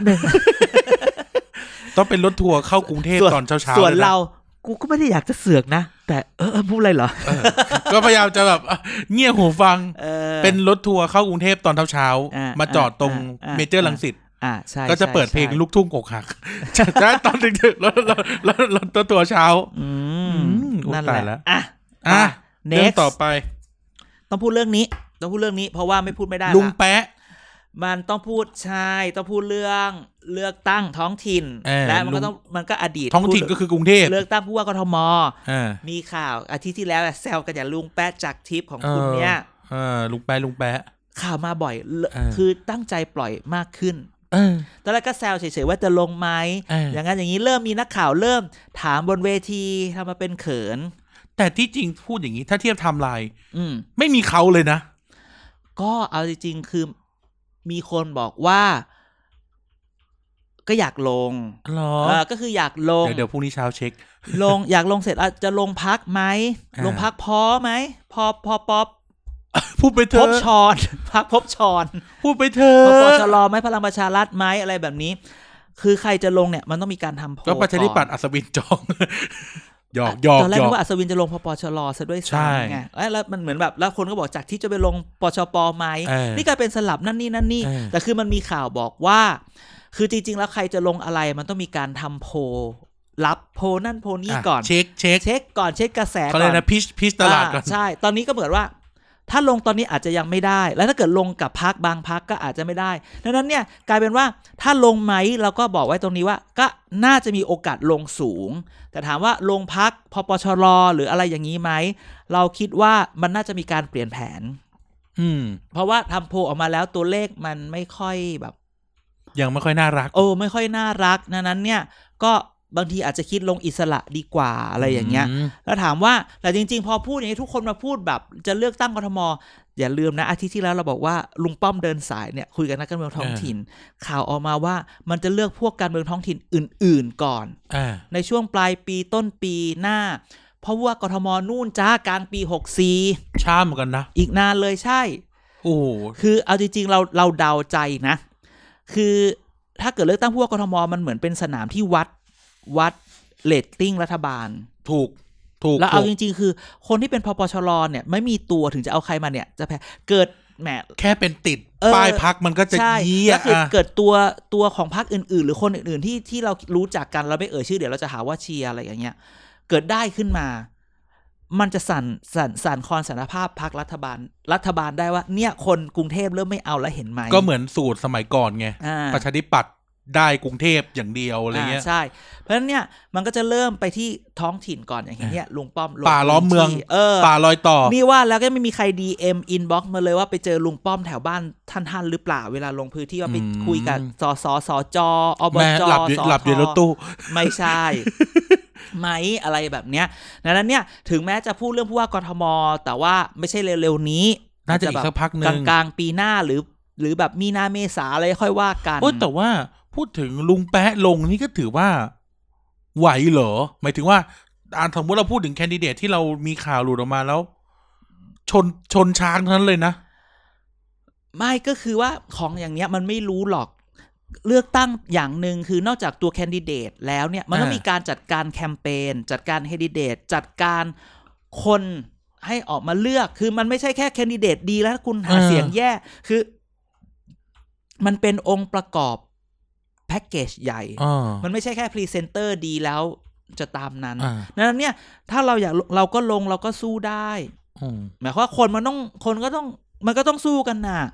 ต้องเป็นรถทัวร์เข้ากรุงเทพตอนเช้าส่วนเรากูก็ไม่ได้อยากจะเสือกนะแต่พูดอะไรเหรอก็พยายามจะแบบเงี่ยหูฟังเป็นรถทัวร์เข้ากรุงเทพตอนเช้ามาจอดตรงเมเจอร์รังสิตก็จะเปิดเพลงลูกทุ่งอกหักจะตอนดึกๆแล้วตัวเช้านั่นแหละเรื่องต่อไปต้องพูดเรื่องนี้เพราะว่าไม่พูดไม่ได้ลุงแปะมันต้องพูดต้องพูดเรื่องเลือกตั้งท้องถิ่นและมันก็อดีตท้องถิ่นก็คือกรุงเทพเลือกตั้งผู้ว่ากทมมีข่าวอาทิตย์ที่แล้วแซวกันอย่างลุงแปะจากทิพย์ของคุณเนี่ยลุงแปะข่าวมาบ่อยคือตั้งใจปล่อยมากขึ้นตอนแรกก็แซวเฉยๆว่าจะลงไหมอย่างนั้นอย่างนี้เริ่มมีนักข่าวเริ่มถามบนเวทีทำมาเป็นเขินแต่ที่จริงพูดอย่างนี้ถ้าเทียบไทม์ไลน์ไม่มีเขาเลยนะก็เอาจริงๆคือมีคนบอกว่าก็อยากลงก็คืออยากลงเดี๋ยวพรุ่งนี้เช้าเช็คอยากลงเสร็จจะลงพักไหมลงพักพอไหมพอป๊อปพูดไปเถอะพบชอนพักพบชอนพูดไปเถอะปชรไหมพลังประชารัฐไหมอะไรแบบนี้คือใครจะลงเนี่ยมันต้องมีการทำโพลก็ประชาธิปัตย์อัศวินจองหยอกตอนแรกว่าอัศวินจะลงปชรซะด้วยซ้ำไงแล้วมันเหมือนแบบแล้วคนก็บอกจากที่จะไปลงปชปไหมนี่กลายเป็นสลับนั่นนี่แต่คือมันมีข่าวบอกว่าคือจริงๆแล้วใครจะลงอะไรมันต้องมีการทำโพลรับโพลนั่นโพลนี่ก่อนเช็คก่อนเช็คกระแสก่อนเขาเลยนะพิชตลาดก่อนใช่ตอนนี้ก็เหมือนว่าถ้าลงตอนนี้อาจจะยังไม่ได้แล้วถ้าเกิดลงกับพรรคบางพรรคก็อาจจะไม่ได้ดังนั้นเนี่ยกลายเป็นว่าถ้าลงไหมเราก็บอกไว้ตรงนี้ว่าก็น่าจะมีโอกาสลงสูงแต่ถามว่าลงพรรคปชรหรืออะไรอย่างนี้ไหมเราคิดว่ามันน่าจะมีการเปลี่ยนแผนเพราะว่าทำโพลออกมาแล้วตัวเลขมันไม่ค่อยแบบยังไม่ค่อยน่ารักไม่ค่อยน่ารักดังนั้นเนี่ยก็บางทีอาจจะคิดลงอิสระดีกว่าอะไรอย่างเงี้ยแล้วถามว่าแต่จริงๆพอพูดอย่างนี้ทุกคนมาพูดแบบจะเลือกตั้งกทมอย่าลืมนะอาทิตย์ที่แล้วเราบอกว่าลุงป้อมเดินสายเนี่ยคุยกับนักการเมืองท้องถิ่นข่าวออกมาว่ามันจะเลือกพวกการเมืองท้องถิ่นอื่นๆก่อนในช่วงปลายปีต้นปีหน้าเพราะว่ากทมนู่นจ้ากลางปี64 ช้าเหมือนกันนะอีกนานเลยใช่โอ้คือเอาจริงๆเราเดาใจนะคือถ้าเกิดเลือกตั้งผู้ว่ากทมมันเหมือนเป็นสนามที่วัดเรตติ้งรัฐบาลถูกแล้วเอาจริงๆคือคนที่เป็นพปชรเนี่ยไม่มีตัวถึงจะเอาใครมาเนี่ยจะแพ้เกิดแหมแค่เป็นติดป้ายพรรคมันก็จะยี่ก็คือเกิดตัวของพรรคอื่นๆหรือคนอื่นๆที่เรารู้จักกันเราไม่เอ่ยชื่อเดี๋ยวเราจะหาว่าเชียร์อะไรอย่างเงี้ยเกิดได้ขึ้นมามันจะสั่นคลอนสารภาพพรรครัฐบาลได้ว่าเนี่ยคนกรุงเทพเริ่มไม่เอาแล้วเห็นไหมก็เหมือนสูตรสมัยก่อนไงประชาธิปัตย์ได้กรุงเทพอย่างเดียวอะไรเงี้ยใช่เพราะฉะนั้นเนี่ยมันก็จะเริ่มไปที่ท้องถิ่นก่อนอย่างเงี้ยลุงป้อมป่าล้อมเมืองป่ารอยต่อนี่ว่าแล้วก็ไม่มีใคร DM inbox มาเลยว่าไปเจอลุงป้อมแถวบ้านท่านหรือเปล่าเวลาลงพื้นที่ว่าไปคุยกับสสจอบจหลับอยู่รถตู้ไม่ใช่ ไหมอะไรแบบเนี้ยดังนั้นเนี่ยถึงแม้จะพูดเรื่องผู้ว่ากทมแต่ว่าไม่ใช่เร็วๆนี้น่าจะอีกสักพักนึงกลางปีหน้าหรือแบบมีนาเมษาอะไรค่อยว่ากันแต่ว่าพูดถึงลุงแป๊ะลงนี่ก็ถือว่าไหวเหรอหมายถึงว่าสมมติเราพูดถึงแคนดิเดตที่เรามีข่าวหลุดออกมาแล้วชนช้างนั้นเลยนะไม่ก็คือว่าของอย่างเนี้ยมันไม่รู้หรอกเลือกตั้งอย่างหนึ่งคือนอกจากตัวแคนดิเดตแล้วเนี่ยมันต้องมีการจัดการแคมเปญจัดการแคนดิเดตจัดการคนให้ออกมาเลือกคือมันไม่ใช่แค่แคนดิเดตดีแล้วคุณหาเสียงแย่คือมันเป็นองค์ประกอบแพ็กเกจใหญ่มันไม่ใช่แค่พรีเซนเตอร์ดีแล้วจะตามนั้นนั้นเนี่ยถ้าเราอยากเราก็ลงเราก็สู้ได้หมายความว่าคนก็ต้องสู้กันน่ะ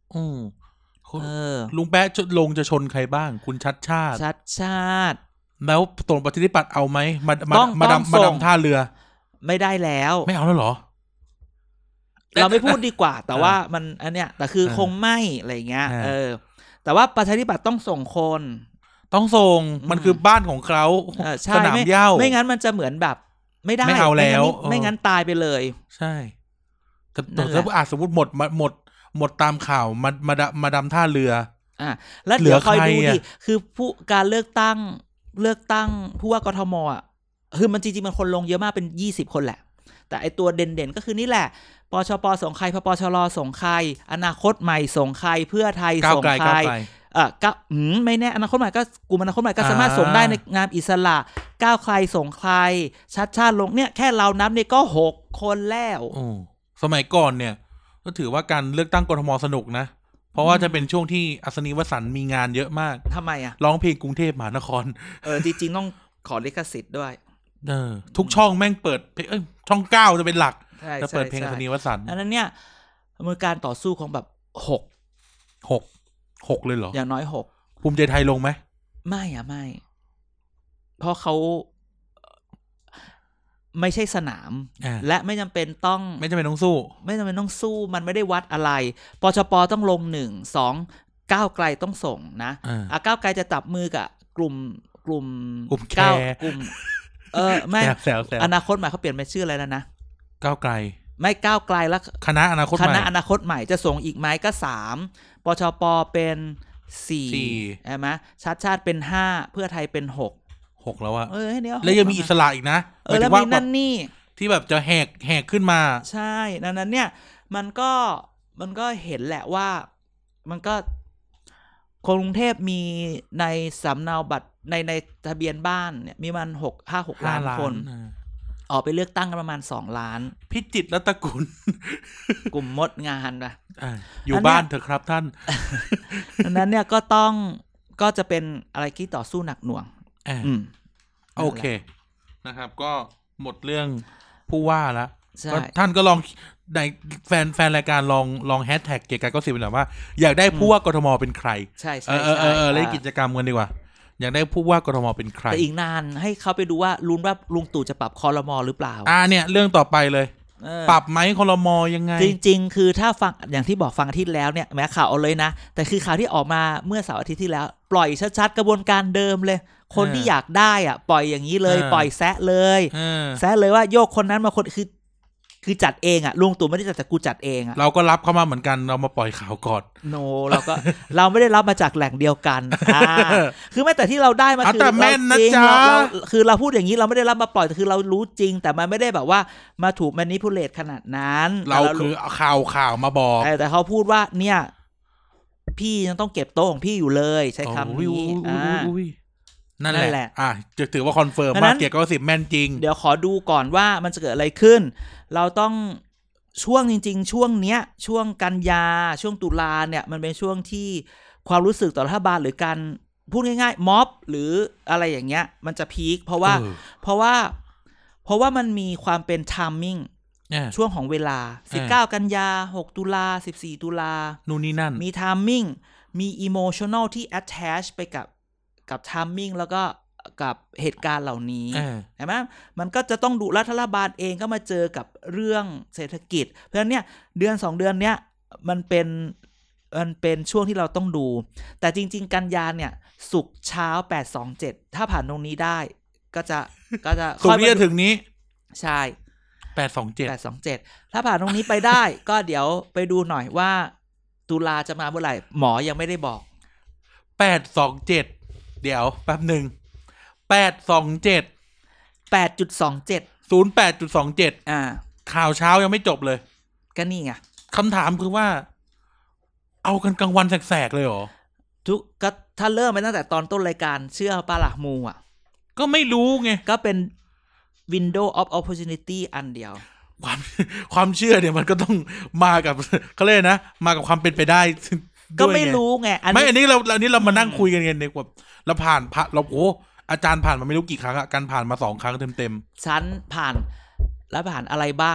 ลุงแป๊ะลงจะชนใครบ้างคุณชัดชาติแล้วตรงประชาธิปัตย์เอาไหมมาดำท่าเรือไม่ได้แล้วไม่เอาแล้วเหรอเราไม่พูดดีกว่าแต่ว่ามันอันเนี้ยแต่คือคงไม่อะไรเงี้ยแต่ว่าประชาธิปัตย์ต้องส่งคนต้องส่งมันคือบ้านของเขาสนามเหย้าไม่งั้นมันจะเหมือนแบบไม่ได้ไม่เอาแล้วไม่งั้นตายไปเลยใช่แต่ถ้าสมมติหมดตามข่าวมาดำท่าเรือแล้วเดี๋ยวคอยดูดิคือการเลือกตั้งผู้ว่ากทมอ่ะคือมันจริงๆมันคนลงเยอะมากเป็น20คนแหละแต่ไอตัวเด่นๆก็คือนี่แหละปชปส่งใครพปชรส่งใครอนาคตใหม่ส่งใครเพื่อไทยส่งใครก็ไม่แน่อนาคตใหม่ก็กลุ่มอนาคตใหม่ก็สามารถส่งได้ในงานอิสระก้าวใครส่งใครชัดชาติลงเนี่ยแค่เรานับเนี่ยก็6คนแล้วสมัยก่อนเนี่ยก็ถือว่าการเลือกตั้งกทมสนุกนะเพราะว่าจะเป็นช่วงที่อัศนีวสันต์มีงานเยอะมากทำไมอ่ะร้องเพลงกรุงเทพมหานครจริงๆต้องขอลิขสิทธิ์ด้วยทุกช่องแม่งเปิดช่อง9จะเป็นหลักจะเปิดเพลงอัศนีวสันต์อันนั้นเนี่ยมือการต่อสู้ของแบบ 6เลยเหรออย่างน้อย6 ภูมิใจไทยลงไหมไม่เพราะเขาไม่ใช่สนามและไม่จำเป็นต้องสู้มันไม่ได้วัดอะไรปชปต้องลง1 2ก้าวไกลต้องส่งนะก้าวไกลจะจับมือกับกลุ่มก้าวกลุ่มไม่อนาคตใหม่เขาเปลี่ยนเป็นชื่ออะไรแล้วนะก้าวไกลไม่ก้าวไกลแล้วคณะอนาคตใหม่จะส่งอีกไหมก็3ปชปเป็น4ใช่ไหมชาติเป็น5เพื่อไทยเป็น6 แล้วอะแล้วยังมีอิสระอีกนะแล้วมีนั่นนี่ที่แบบจะแหกขึ้นมาใช่นั้นเนี่ยมันก็เห็นแหละว่ามันก็คนกรุงเทพมีในสำเนาบัตรในทะเบียนบ้านเนี่ยมีมัน6 ล้านคนออกไปเลือกตั้งกันประมาณ2 ล้านพิจิตรรัตกุลกลุ่มมดงานนะอยู่บ้านเถอะครับท่านนั้นเนี่ยก็จะเป็นอะไรที่ต่อสู้หนักหน่วงโอเคนะครับก็หมดเรื่องผู้ว่าแล้วก็ท่านก็ลองในแฟนรายการลองแฮชแท็กเกียร์กายก็สิบเป็นแบบว่าอยากได้ผู้ว่ากทมเป็นใครใช่เล่นกิจกรรมกันดีกว่าอยากได้ผู้ว่ากทมเป็นใครแต่อีกนานให้เขาไปดูว่าลุงตู่จะปรับครม.หรือเปล่าเนี่ยเรื่องต่อไปเลยปรับไหมครม.ยังไงจริงๆคือถ้าฟังอย่างที่บอกฟังอาทิตย์แล้วเนี่ยแม้ข่าวเอาเลยนะแต่คือข่าวที่ออกมาเมื่อเสาร์อาทิตย์ที่แล้วปล่อยชัดๆกระบวนการเดิมเลยคนที่อยากได้ปล่อยอย่างนี้เลยปล่อยแซะเลยว่าโยกคนนั้นมาคนคือจัดเองลุงตู่ไม่ได้จัดแต่กูจัดเองเราก็รับเข้ามาเหมือนกันเรามาปล่อยข่าวก่อนเราไม่ได้รับมาจากแหล่งเดียวกันคือไม่แต่ที่เราได้มาคือเราจริงคือเราพูดอย่างนี้เราไม่ได้รับมาปล่อยแต่คือเรารู้จริงแต่มันไม่ได้แบบว่ามาถูกแมนิพูเลตขนาดนั้นเราคือข่าวมาบอกแต่เขาพูดว่าเนี่ยพี่ยังต้องเก็บโต๊ะของพี่อยู่เลยใช้คำนี้นั่นแหละจะถือว่าคอนเฟิร์มว่าเกียร์90แม่นจริงเดี๋ยวขอดูก่อนว่ามันจะเกิดอะไรขึ้นเราต้องช่วงจริงๆช่วงเนี้ยช่วงกันยาช่วงตุลาเนี่ยมันเป็นช่วงที่ความรู้สึกต่อรัฐบาลหรือการพูดง่ายๆม็อบหรืออะไรอย่างเงี้ยมันจะพีคเพราะว่ามันมีความเป็นไทมิ่งช่วงของเวลา19กันยา6ตุลา14ตุลานู่นนี่นั่นมีไทมิ่งมีอิโมชันนอลที่ attach ไปกับกับไทมิ่งแล้วก็กับเหตุการณ์เหล่านี้ใช่ไหมมันก็จะต้องดูรัฐบาลเองก็มาเจอกับเรื่องเศรษฐกิจเพราะฉะนั้นเนี่ยเดือน2 เดือนเนี้ยมันเป็นช่วงที่เราต้องดูแต่จริงๆกันยาเนี่ยศุกร์เช้า827ถ้าผ่านตรงนี้ได้ก็จะศุกร์นี้ถึงนี้ใช่ 827 ถ้าผ่านตรงนี้ไปได้ ก็เดี๋ยวไปดูหน่อยว่าตุลาจะมาเมื่อไหร่หมอยังไม่ได้บอก 827เดี๋ยวแป๊บนึง827 08.27 ข่าวเช้ายังไม่จบเลยก็นี่ไงคำถามคือว่าเอากันกลางวันแสกๆเลยเหรอก็ถ้าเริ่มไปตั้งแต่ตอนต้นรายการเชื่อปะล่ะมูอ่ะก็ไม่รู้ไงก็เป็น window of opportunity อันเดียวความเชื่อเนี่ยมันก็ต้องมากับเขาเรียกนะมากับความเป็นไปได้ก็ไม่รู้ไงอันนี้เรามานั่งคุยกันในแบบเราผ่านเราโอ้อาจารย์ผ่านมาไม่รู้กี่ครั้งอะการผ่านมา2 ครั้งเต็มฉันผ่านแล้วผ่านอะไรบ้าง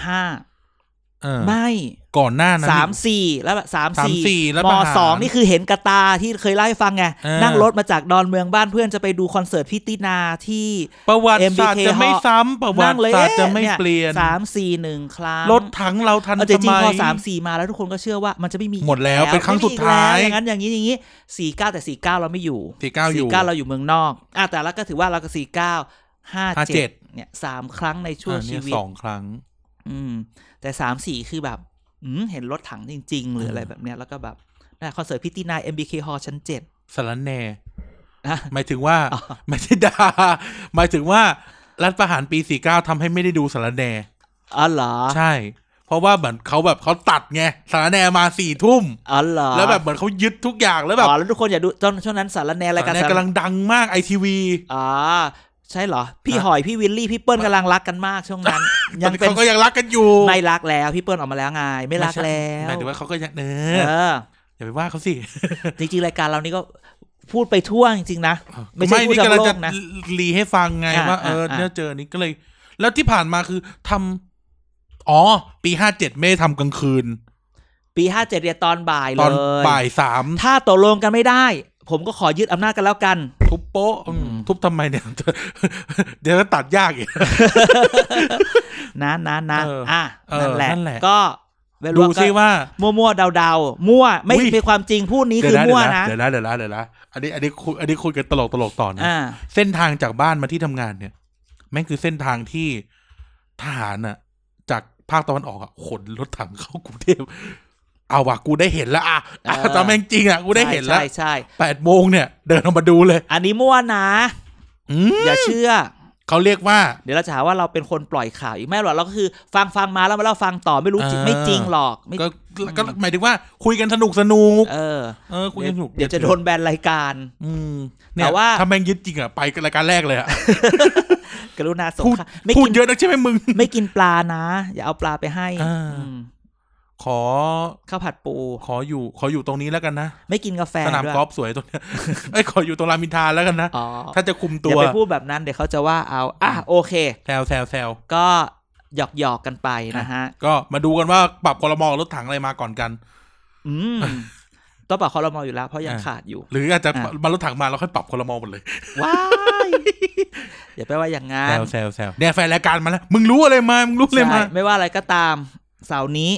3-5ไม่ก่อนหน้านั้น 3-4แล้ว3-4แล้วม2นี่คือเห็นกระตาที่เคยเล่าให้ฟังไงนั่งรถมาจากดอนเมืองบ้านเพื่อนจะไปดูคอนเสิร์ตพี่ตินาที่ประวัติศาสตร์จะไม่ซ้ำประวัติศาสตร์จะไม่เปลี่ยน 3-4-1 ครั้งรถถังเราทันสมัยจริงๆพอ3-4มาแล้วทุกคนก็เชื่อว่ามันจะไม่มีหมดแล้วเป็นครั้งสุดท้ายอย่างนั้นอย่างนี้49แต่49เราไม่อยู่49เราอยู่เมืองนอกแต่แล้วก็ถือว่าเราก็49 57เนี่ย3ครั้งในช่วงชีวิต 2 ครั้งแต่3-4คือแบบเห็นรถถังจริงๆหรืออะไรแบบเนี้ยแล้วก็แบบคอนเสิร์ตพี่ตินา MBK Hall ชั้น7 สารแหน่หมายถึงว่าไม่ใช่ด่าหมายถึงว่ารัฐประหารปี49ทำให้ไม่ได้ดูสารแหน่เหรอใช่เพราะว่าเหมือนเขาตัดไงสารแหน่มา4 ทุ่มเหรอแล้วแบบเหมือนเขายึดทุกอย่างแล้วแบบแล้วทุกคนอยากดูตอนช่วงนั้นสารแหน่รายการกำลังดังมาก ITV ใช่เหรอพี่หอยพี่วิลลี่พี่เปิ้ลกำลังรักกันมากช่วงนั้นเขาก็ยังรักกันอยู่ไม่รักแล้วพี่เปิ้ลออกมาแล้วไงไม่รักแล้วหมายถึงว่าเขาก็ยังอย่าไปว่าเขาสิจริงๆรายการเรานี่ก็พูดไปทั่วจริงๆนะไม่ใช่พูดทั้งโลกนะรีให้ฟังไงว่าเนี่ยเจอนี้ก็เลยแล้วที่ผ่านมาคือทำปี57ไม่ทำกลางคืนปี57เรียนตอนบ่ายเลยตอนบ่าย3 ถ้าตกลงกันไม่ได้ผมก็ขอยึดอำนาจกันแล้วกันทุบโป๊ะทุบทำไมเนี่ยเดี๋ยวก็ตัดยากอีกนะนั่นแหละก็ดูซิว่ามั่วๆเดาๆมั่วไม่มีความจริงพูดนี้คือมั่วนะเดี๋ยวนะอันนี้คุยกันตลกต่อนะเส้นทางจากบ้านมาที่ทำงานเนี่ยแม่งคือเส้นทางที่ทหารน่ะจากภาคตะวันออกขนรถถังเข้ากรุงเทพเอาว่ะกูได้เห็นแล้วตอนแม่งจริงกูได้เห็นแล้วใช่ 8 โมงเนี่ยเดินออกมาดูเลยอันนี้มั่วนะอย่าเชื่อเขาเรียกว่าเดี๋ยวเราจะหาว่าเราเป็นคนปล่อยข่าวอีกไม่หรอกเราก็คือฟังมาแล้วมาเล่าฟังต่อไม่รู้จริงไม่จริงหรอกก็หมายถึงว่าคุยกันสนุกคุยกันสนุกเดี๋ยวจะโดนแบนรายการแต่ว่าถ้าแม่งยึดจริงไปรายการแรกเลยกรุณาส่งพูดเยอะนักใช่ไหมมึงไม่กินปลานะอย่าเอาปลาไปให้ขอข้าวผัดปูขออยู่ตรงนี้แล้วกันนะไม่กินกาแฟสนามกอล์ฟสวยตรงนี้ขออยู่ตรงรามอินทราแล้วกันนะถ้าจะคุมตัวอย่าไปพูดแบบนั้นเดี๋ยวเขาจะว่าเอาโอเคแซวก็หยอกกันไปนะฮะก็มาดูกันว่าปรับครม.รถถังอะไรมาก่อนกันต้องปรับครม.อยู่แล้วเพราะยังขาดอยู่หรืออาจจะมารถถังมาแล้วค่อยปรับครม.หมดเลยว้ายอย่าไปว่าอย่างงั้นแซวเนี่ยแฟนรายการมาแล้วมึงรู้อะไรมาไม่ว่าอะไรก็ตามเสาร์นี้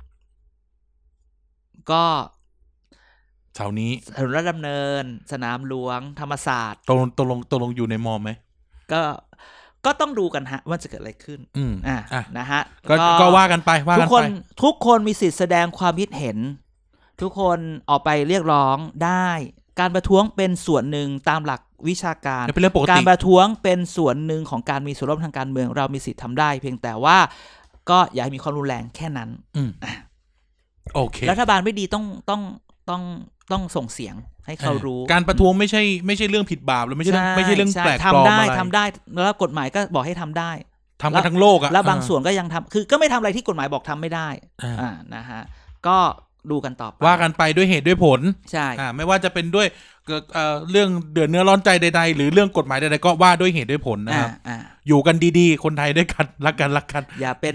ก็เสาร์นี้ถนนราชดำเนินสนามหลวงธรรมศาสตร์ตกลงอยู่ในมอไหมก็ต้องดูกันฮะว่าจะเกิดอะไรขึ้นนะฮะก็ว่ากันไปทุกคนมีสิทธิ์แสดงความคิดเห็นทุกคนออกไปเรียกร้องได้การประท้วงเป็นส่วนหนึ่งตามหลักวิชาการการประท้วงเป็นส่วนหนึ่งของการมีส่วนร่วมทางการเมืองเรามีสิทธิ์ทำได้เพียงแต่ว่าก็อย่าให้มีความรุนแรงแค่นั้นโอเครัฐบาลไม่ดีต้องส่งเสียงให้เขารู้การประท้วงไม่ใช่เรื่องผิดบาปหรือไม่ใช่เรื่องแปลกปลอมอะไรทำได้แล้วกฎหมายก็บอกให้ทำได้ทำกันทั้งโลกแล้วบางส่วนก็ยังทำคือก็ไม่ทำอะไรที่กฎหมายบอกทำไม่ได้นะฮะก็ดูกันต่อไปว่ากันไปด้วยเหตุด้วยผลใช่ไม่ว่าจะเป็นด้วยเรื่องเดือดเนื้อร้อนใจใดๆหรือเรื่องกฎหมายใดๆก็ว่าด้วยเหตุด้วยผลนะครับอยู่กันดีๆคนไทยด้วยกันรักกันอย่าเป็น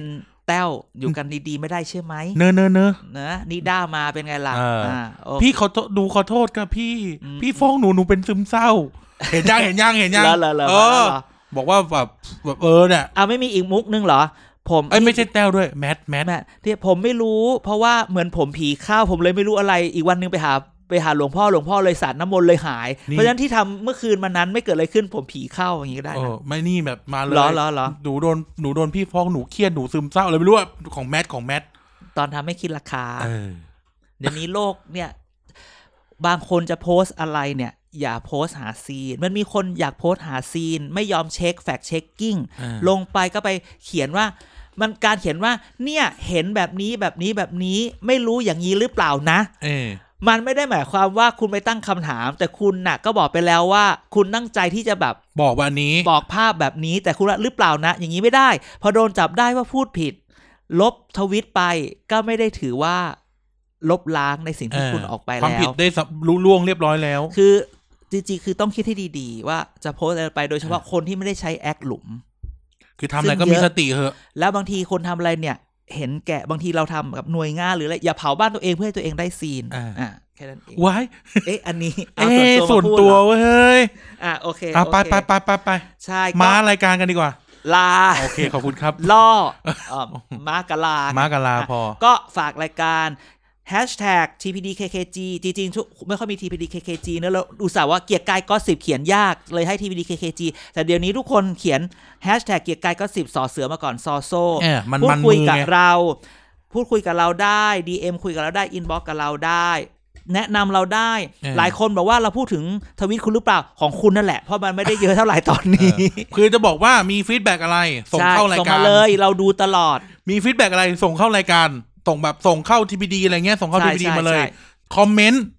แต้วอยู่กันดีๆไม่ได้ใช่ไหมเนอะนะนิด้ามาเป็นไงล่ะพี่ขอโทษครับพี่ฟ้องหนูเป็นซึมเศร้าเห็นยังบอกว่าแบบเนี่ยไม่มีอีกมุกนึงเหรอผมไม่ใช่แต้วด้วยแมทที่ผมไม่รู้เพราะว่าเหมือนผมผีเข้าผมเลยไม่รู้อะไรอีกวันนึงไปหาหลวงพ่อเลยสาดน้ำมนต์เลยหายเพราะฉะนั้นที่ทำเมื่อคืนมันนั้นไม่เกิดอะไรขึ้นผมผีเข้าอย่างนี้ก็ได้นะไม่นี่แบบมาเลยเหรอหนูโดนพี่ฟ้องหนูเครียดหนูซึมเศร้าเลยไม่รู้ว่าของแมทตอนทำไม่คิดราคาเดี๋ยวนี้โลกเนี่ยบางคนจะโพสอะไรเนี่ยอย่าโพสหาซีนมันมีคนอยากโพสหาซีนไม่ยอมเช็คแฟกเช็คกิ้งลงไปก็ไปเขียนว่ามันการเขียนว่าเนี่ยเห็นแบบนี้ไม่รู้อย่างนี้หรือเปล่านะมันไม่ได้หมายความว่าคุณไปตั้งคำถามแต่คุณน่ะก็บอกไปแล้วว่าคุณตั้งใจที่จะแบบบอกวันนี้บอกภาพแบบนี้แต่คุณหรือเปล่านะอย่างนี้ไม่ได้พอโดนจับได้ว่าพูดผิดลบทวิตไปก็ไม่ได้ถือว่าลบล้างในสิ่งที่คุณออกไปแล้วความผิดได้รู้ล่วงเรียบร้อยแล้วคือจริงๆคือต้องคิดให้ดีๆว่าจะโพสอะไรไปโดยเฉพาะคนที่ไม่ได้ใช้แอคหลุมคือทำอะไรก็มีสติเหอะแล้วบางทีคนทำอะไรเนี่ยเห็นแก่บางทีเราทำกับหน่วยงานหรืออะไรอย่าเผาบ้านตัวเองเพื่อให้ตัวเองได้ซีนแค่นั้นเองว้ายอันนี้ส่วนตัวเว้ยโอเคไปใช่มารายการกันดีกว่าลาโอเคขอบคุณครับล่อมากะลาพอก็ฝากรายการ#TPDKKG จริงๆไม่ค่อยมี TPDKKG เนอะแล้วอุตส่าห์ว่าเกียรติกายก็10เขียนยากเลยให้ TPDKKG แต่เดี๋ยวนี้ทุกคนเขียน#เกียรติกายก็10สอเสือมาก่อนซอโซ่พูดคุยกับเราได้ DM คุยกับเราได้ inbox กับเราได้แนะนำเราได้หลายคนบอกว่าเราพูดถึงทวิตคุณหรือเปล่าของคุณนั่นแหละเพราะมันไม่ได้เยอะเท่าไหร่ตอนนี้คือจะบอกว่ามีฟีดแบ็กอะไรส่งเข้ารายการส่งมาเลยเราดูตลอดมีฟีดแบ็กอะไรส่งเข้ารายการส่งเข้า TPD อะไรเงี้ยส่งเข้า TPD มาเลยคอมเมนต์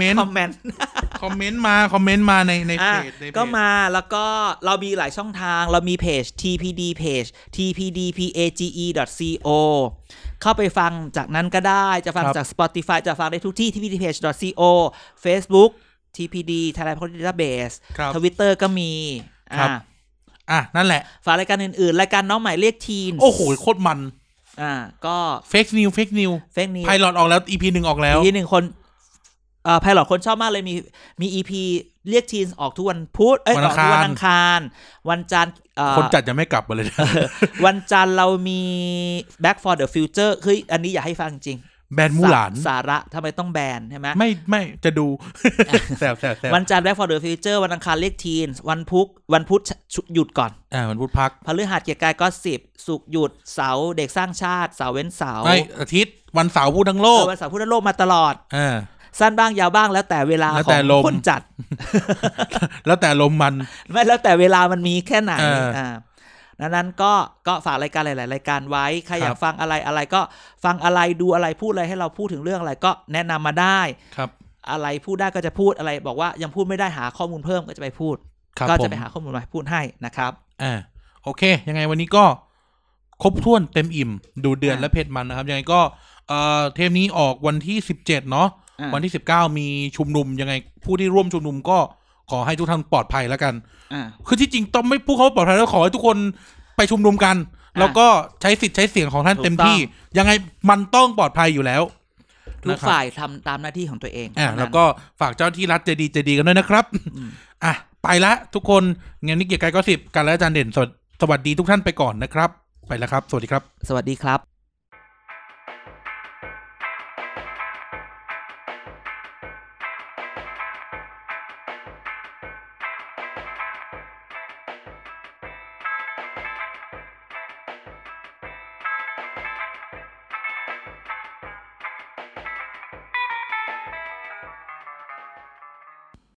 มาในเพจก็มาแล้วก็เรามีหลายช่องทางเรามีเพจ TPD page tpdpage.co เข้าไปฟังจากนั้นก็ได้จะฟังจาก Spotify จะฟังได้ทุกที่ tpdpage.co Facebook TPD Thailand Podcast Database Twitter ก็มีนั่นแหละฝากรายการอื่นๆรายการน้องใหม่เรียกทีนโอ้โหโคตรมันก็เฟกนิวไพลอตออกแล้ว EP 1ออกแล้ว EP 1คนไพลอตคนชอบมากเลยมี EP เรียกทีนออกทุกวันพุธออกทุกวันอังคารวันจันทร์คนจัดจะไม่กลับมาเลยวันจันทร์เรามี Back for the Future คืออันนี้อยากให้ฟังจริงแบนมูหลานสาระทำไมต้องแบนใช่ไหมไม่จะดูแซววันจันทร์ Back for the Future วันอังคารเรียกทีนวันพุธหยุดก่อนวันพุธพักพฤหัสเกียรติกายก็10ศุกร์หยุดเสาร์เด็กสร้างชาติเสาร์เว้นเสาร์อาทิตย์วันเสาร์พูดทั้งโลกวันเสาร์พูดทั้งโลกมาตลอดสั้นบ้างยาวบ้างแล้วแต่เวลาของคนจัดแล้วแต่ลมมันไม่แล้วแต่เวลามันมีแค่ไหนนั้นก็ฝากรายการหลายๆรายการไว้ใครอยากฟังอะไรก็ฟังอะไรดูอะไรพูดอะไรให้เราพูดถึงเรื่องอะไรก็แนะนำมาได้ครับอะไรพูดได้ก็จะพูดอะไรบอกว่ายังพูดไม่ได้หาข้อมูลเพิ่มก็จะไปพูดก็จะไปหาข้อมูลมาพูดให้นะครับโอเคยังไงวันนี้ก็ครบถ้วนเต็มอิ่มดูเดือนและเผ็ดมันนะครับยังไงก็เทปนี้ออกวันที่17เนาะวันที่19มีชุมนุมยังไงผู้ที่ร่วมชุมนุมก็ขอให้ทุกท่านปลอดภัยแล้วกันคือที่จริงต้องไม่พูดเขาปลอดภัยแล้วขอให้ทุกคนไปชุมนุมกันแล้วก็ใช้สิทธิ์ใช้เสียงของท่านเต็มที่ยังไงมันต้องปลอดภัยอยู่แล้วทุกฝ่ายทำตามหน้าที่ของตัวเองแล้วก็ฝากเจ้าที่รัฐใจดีกันด้วยนะครับไปละทุกคนงั้นนี่เกียรติกายก็10กันแล้วอาจารย์เด่นสวัสดีทุกท่านไปก่อนนะครับไปแล้วครับสวัสดีครับสวัสดีครับ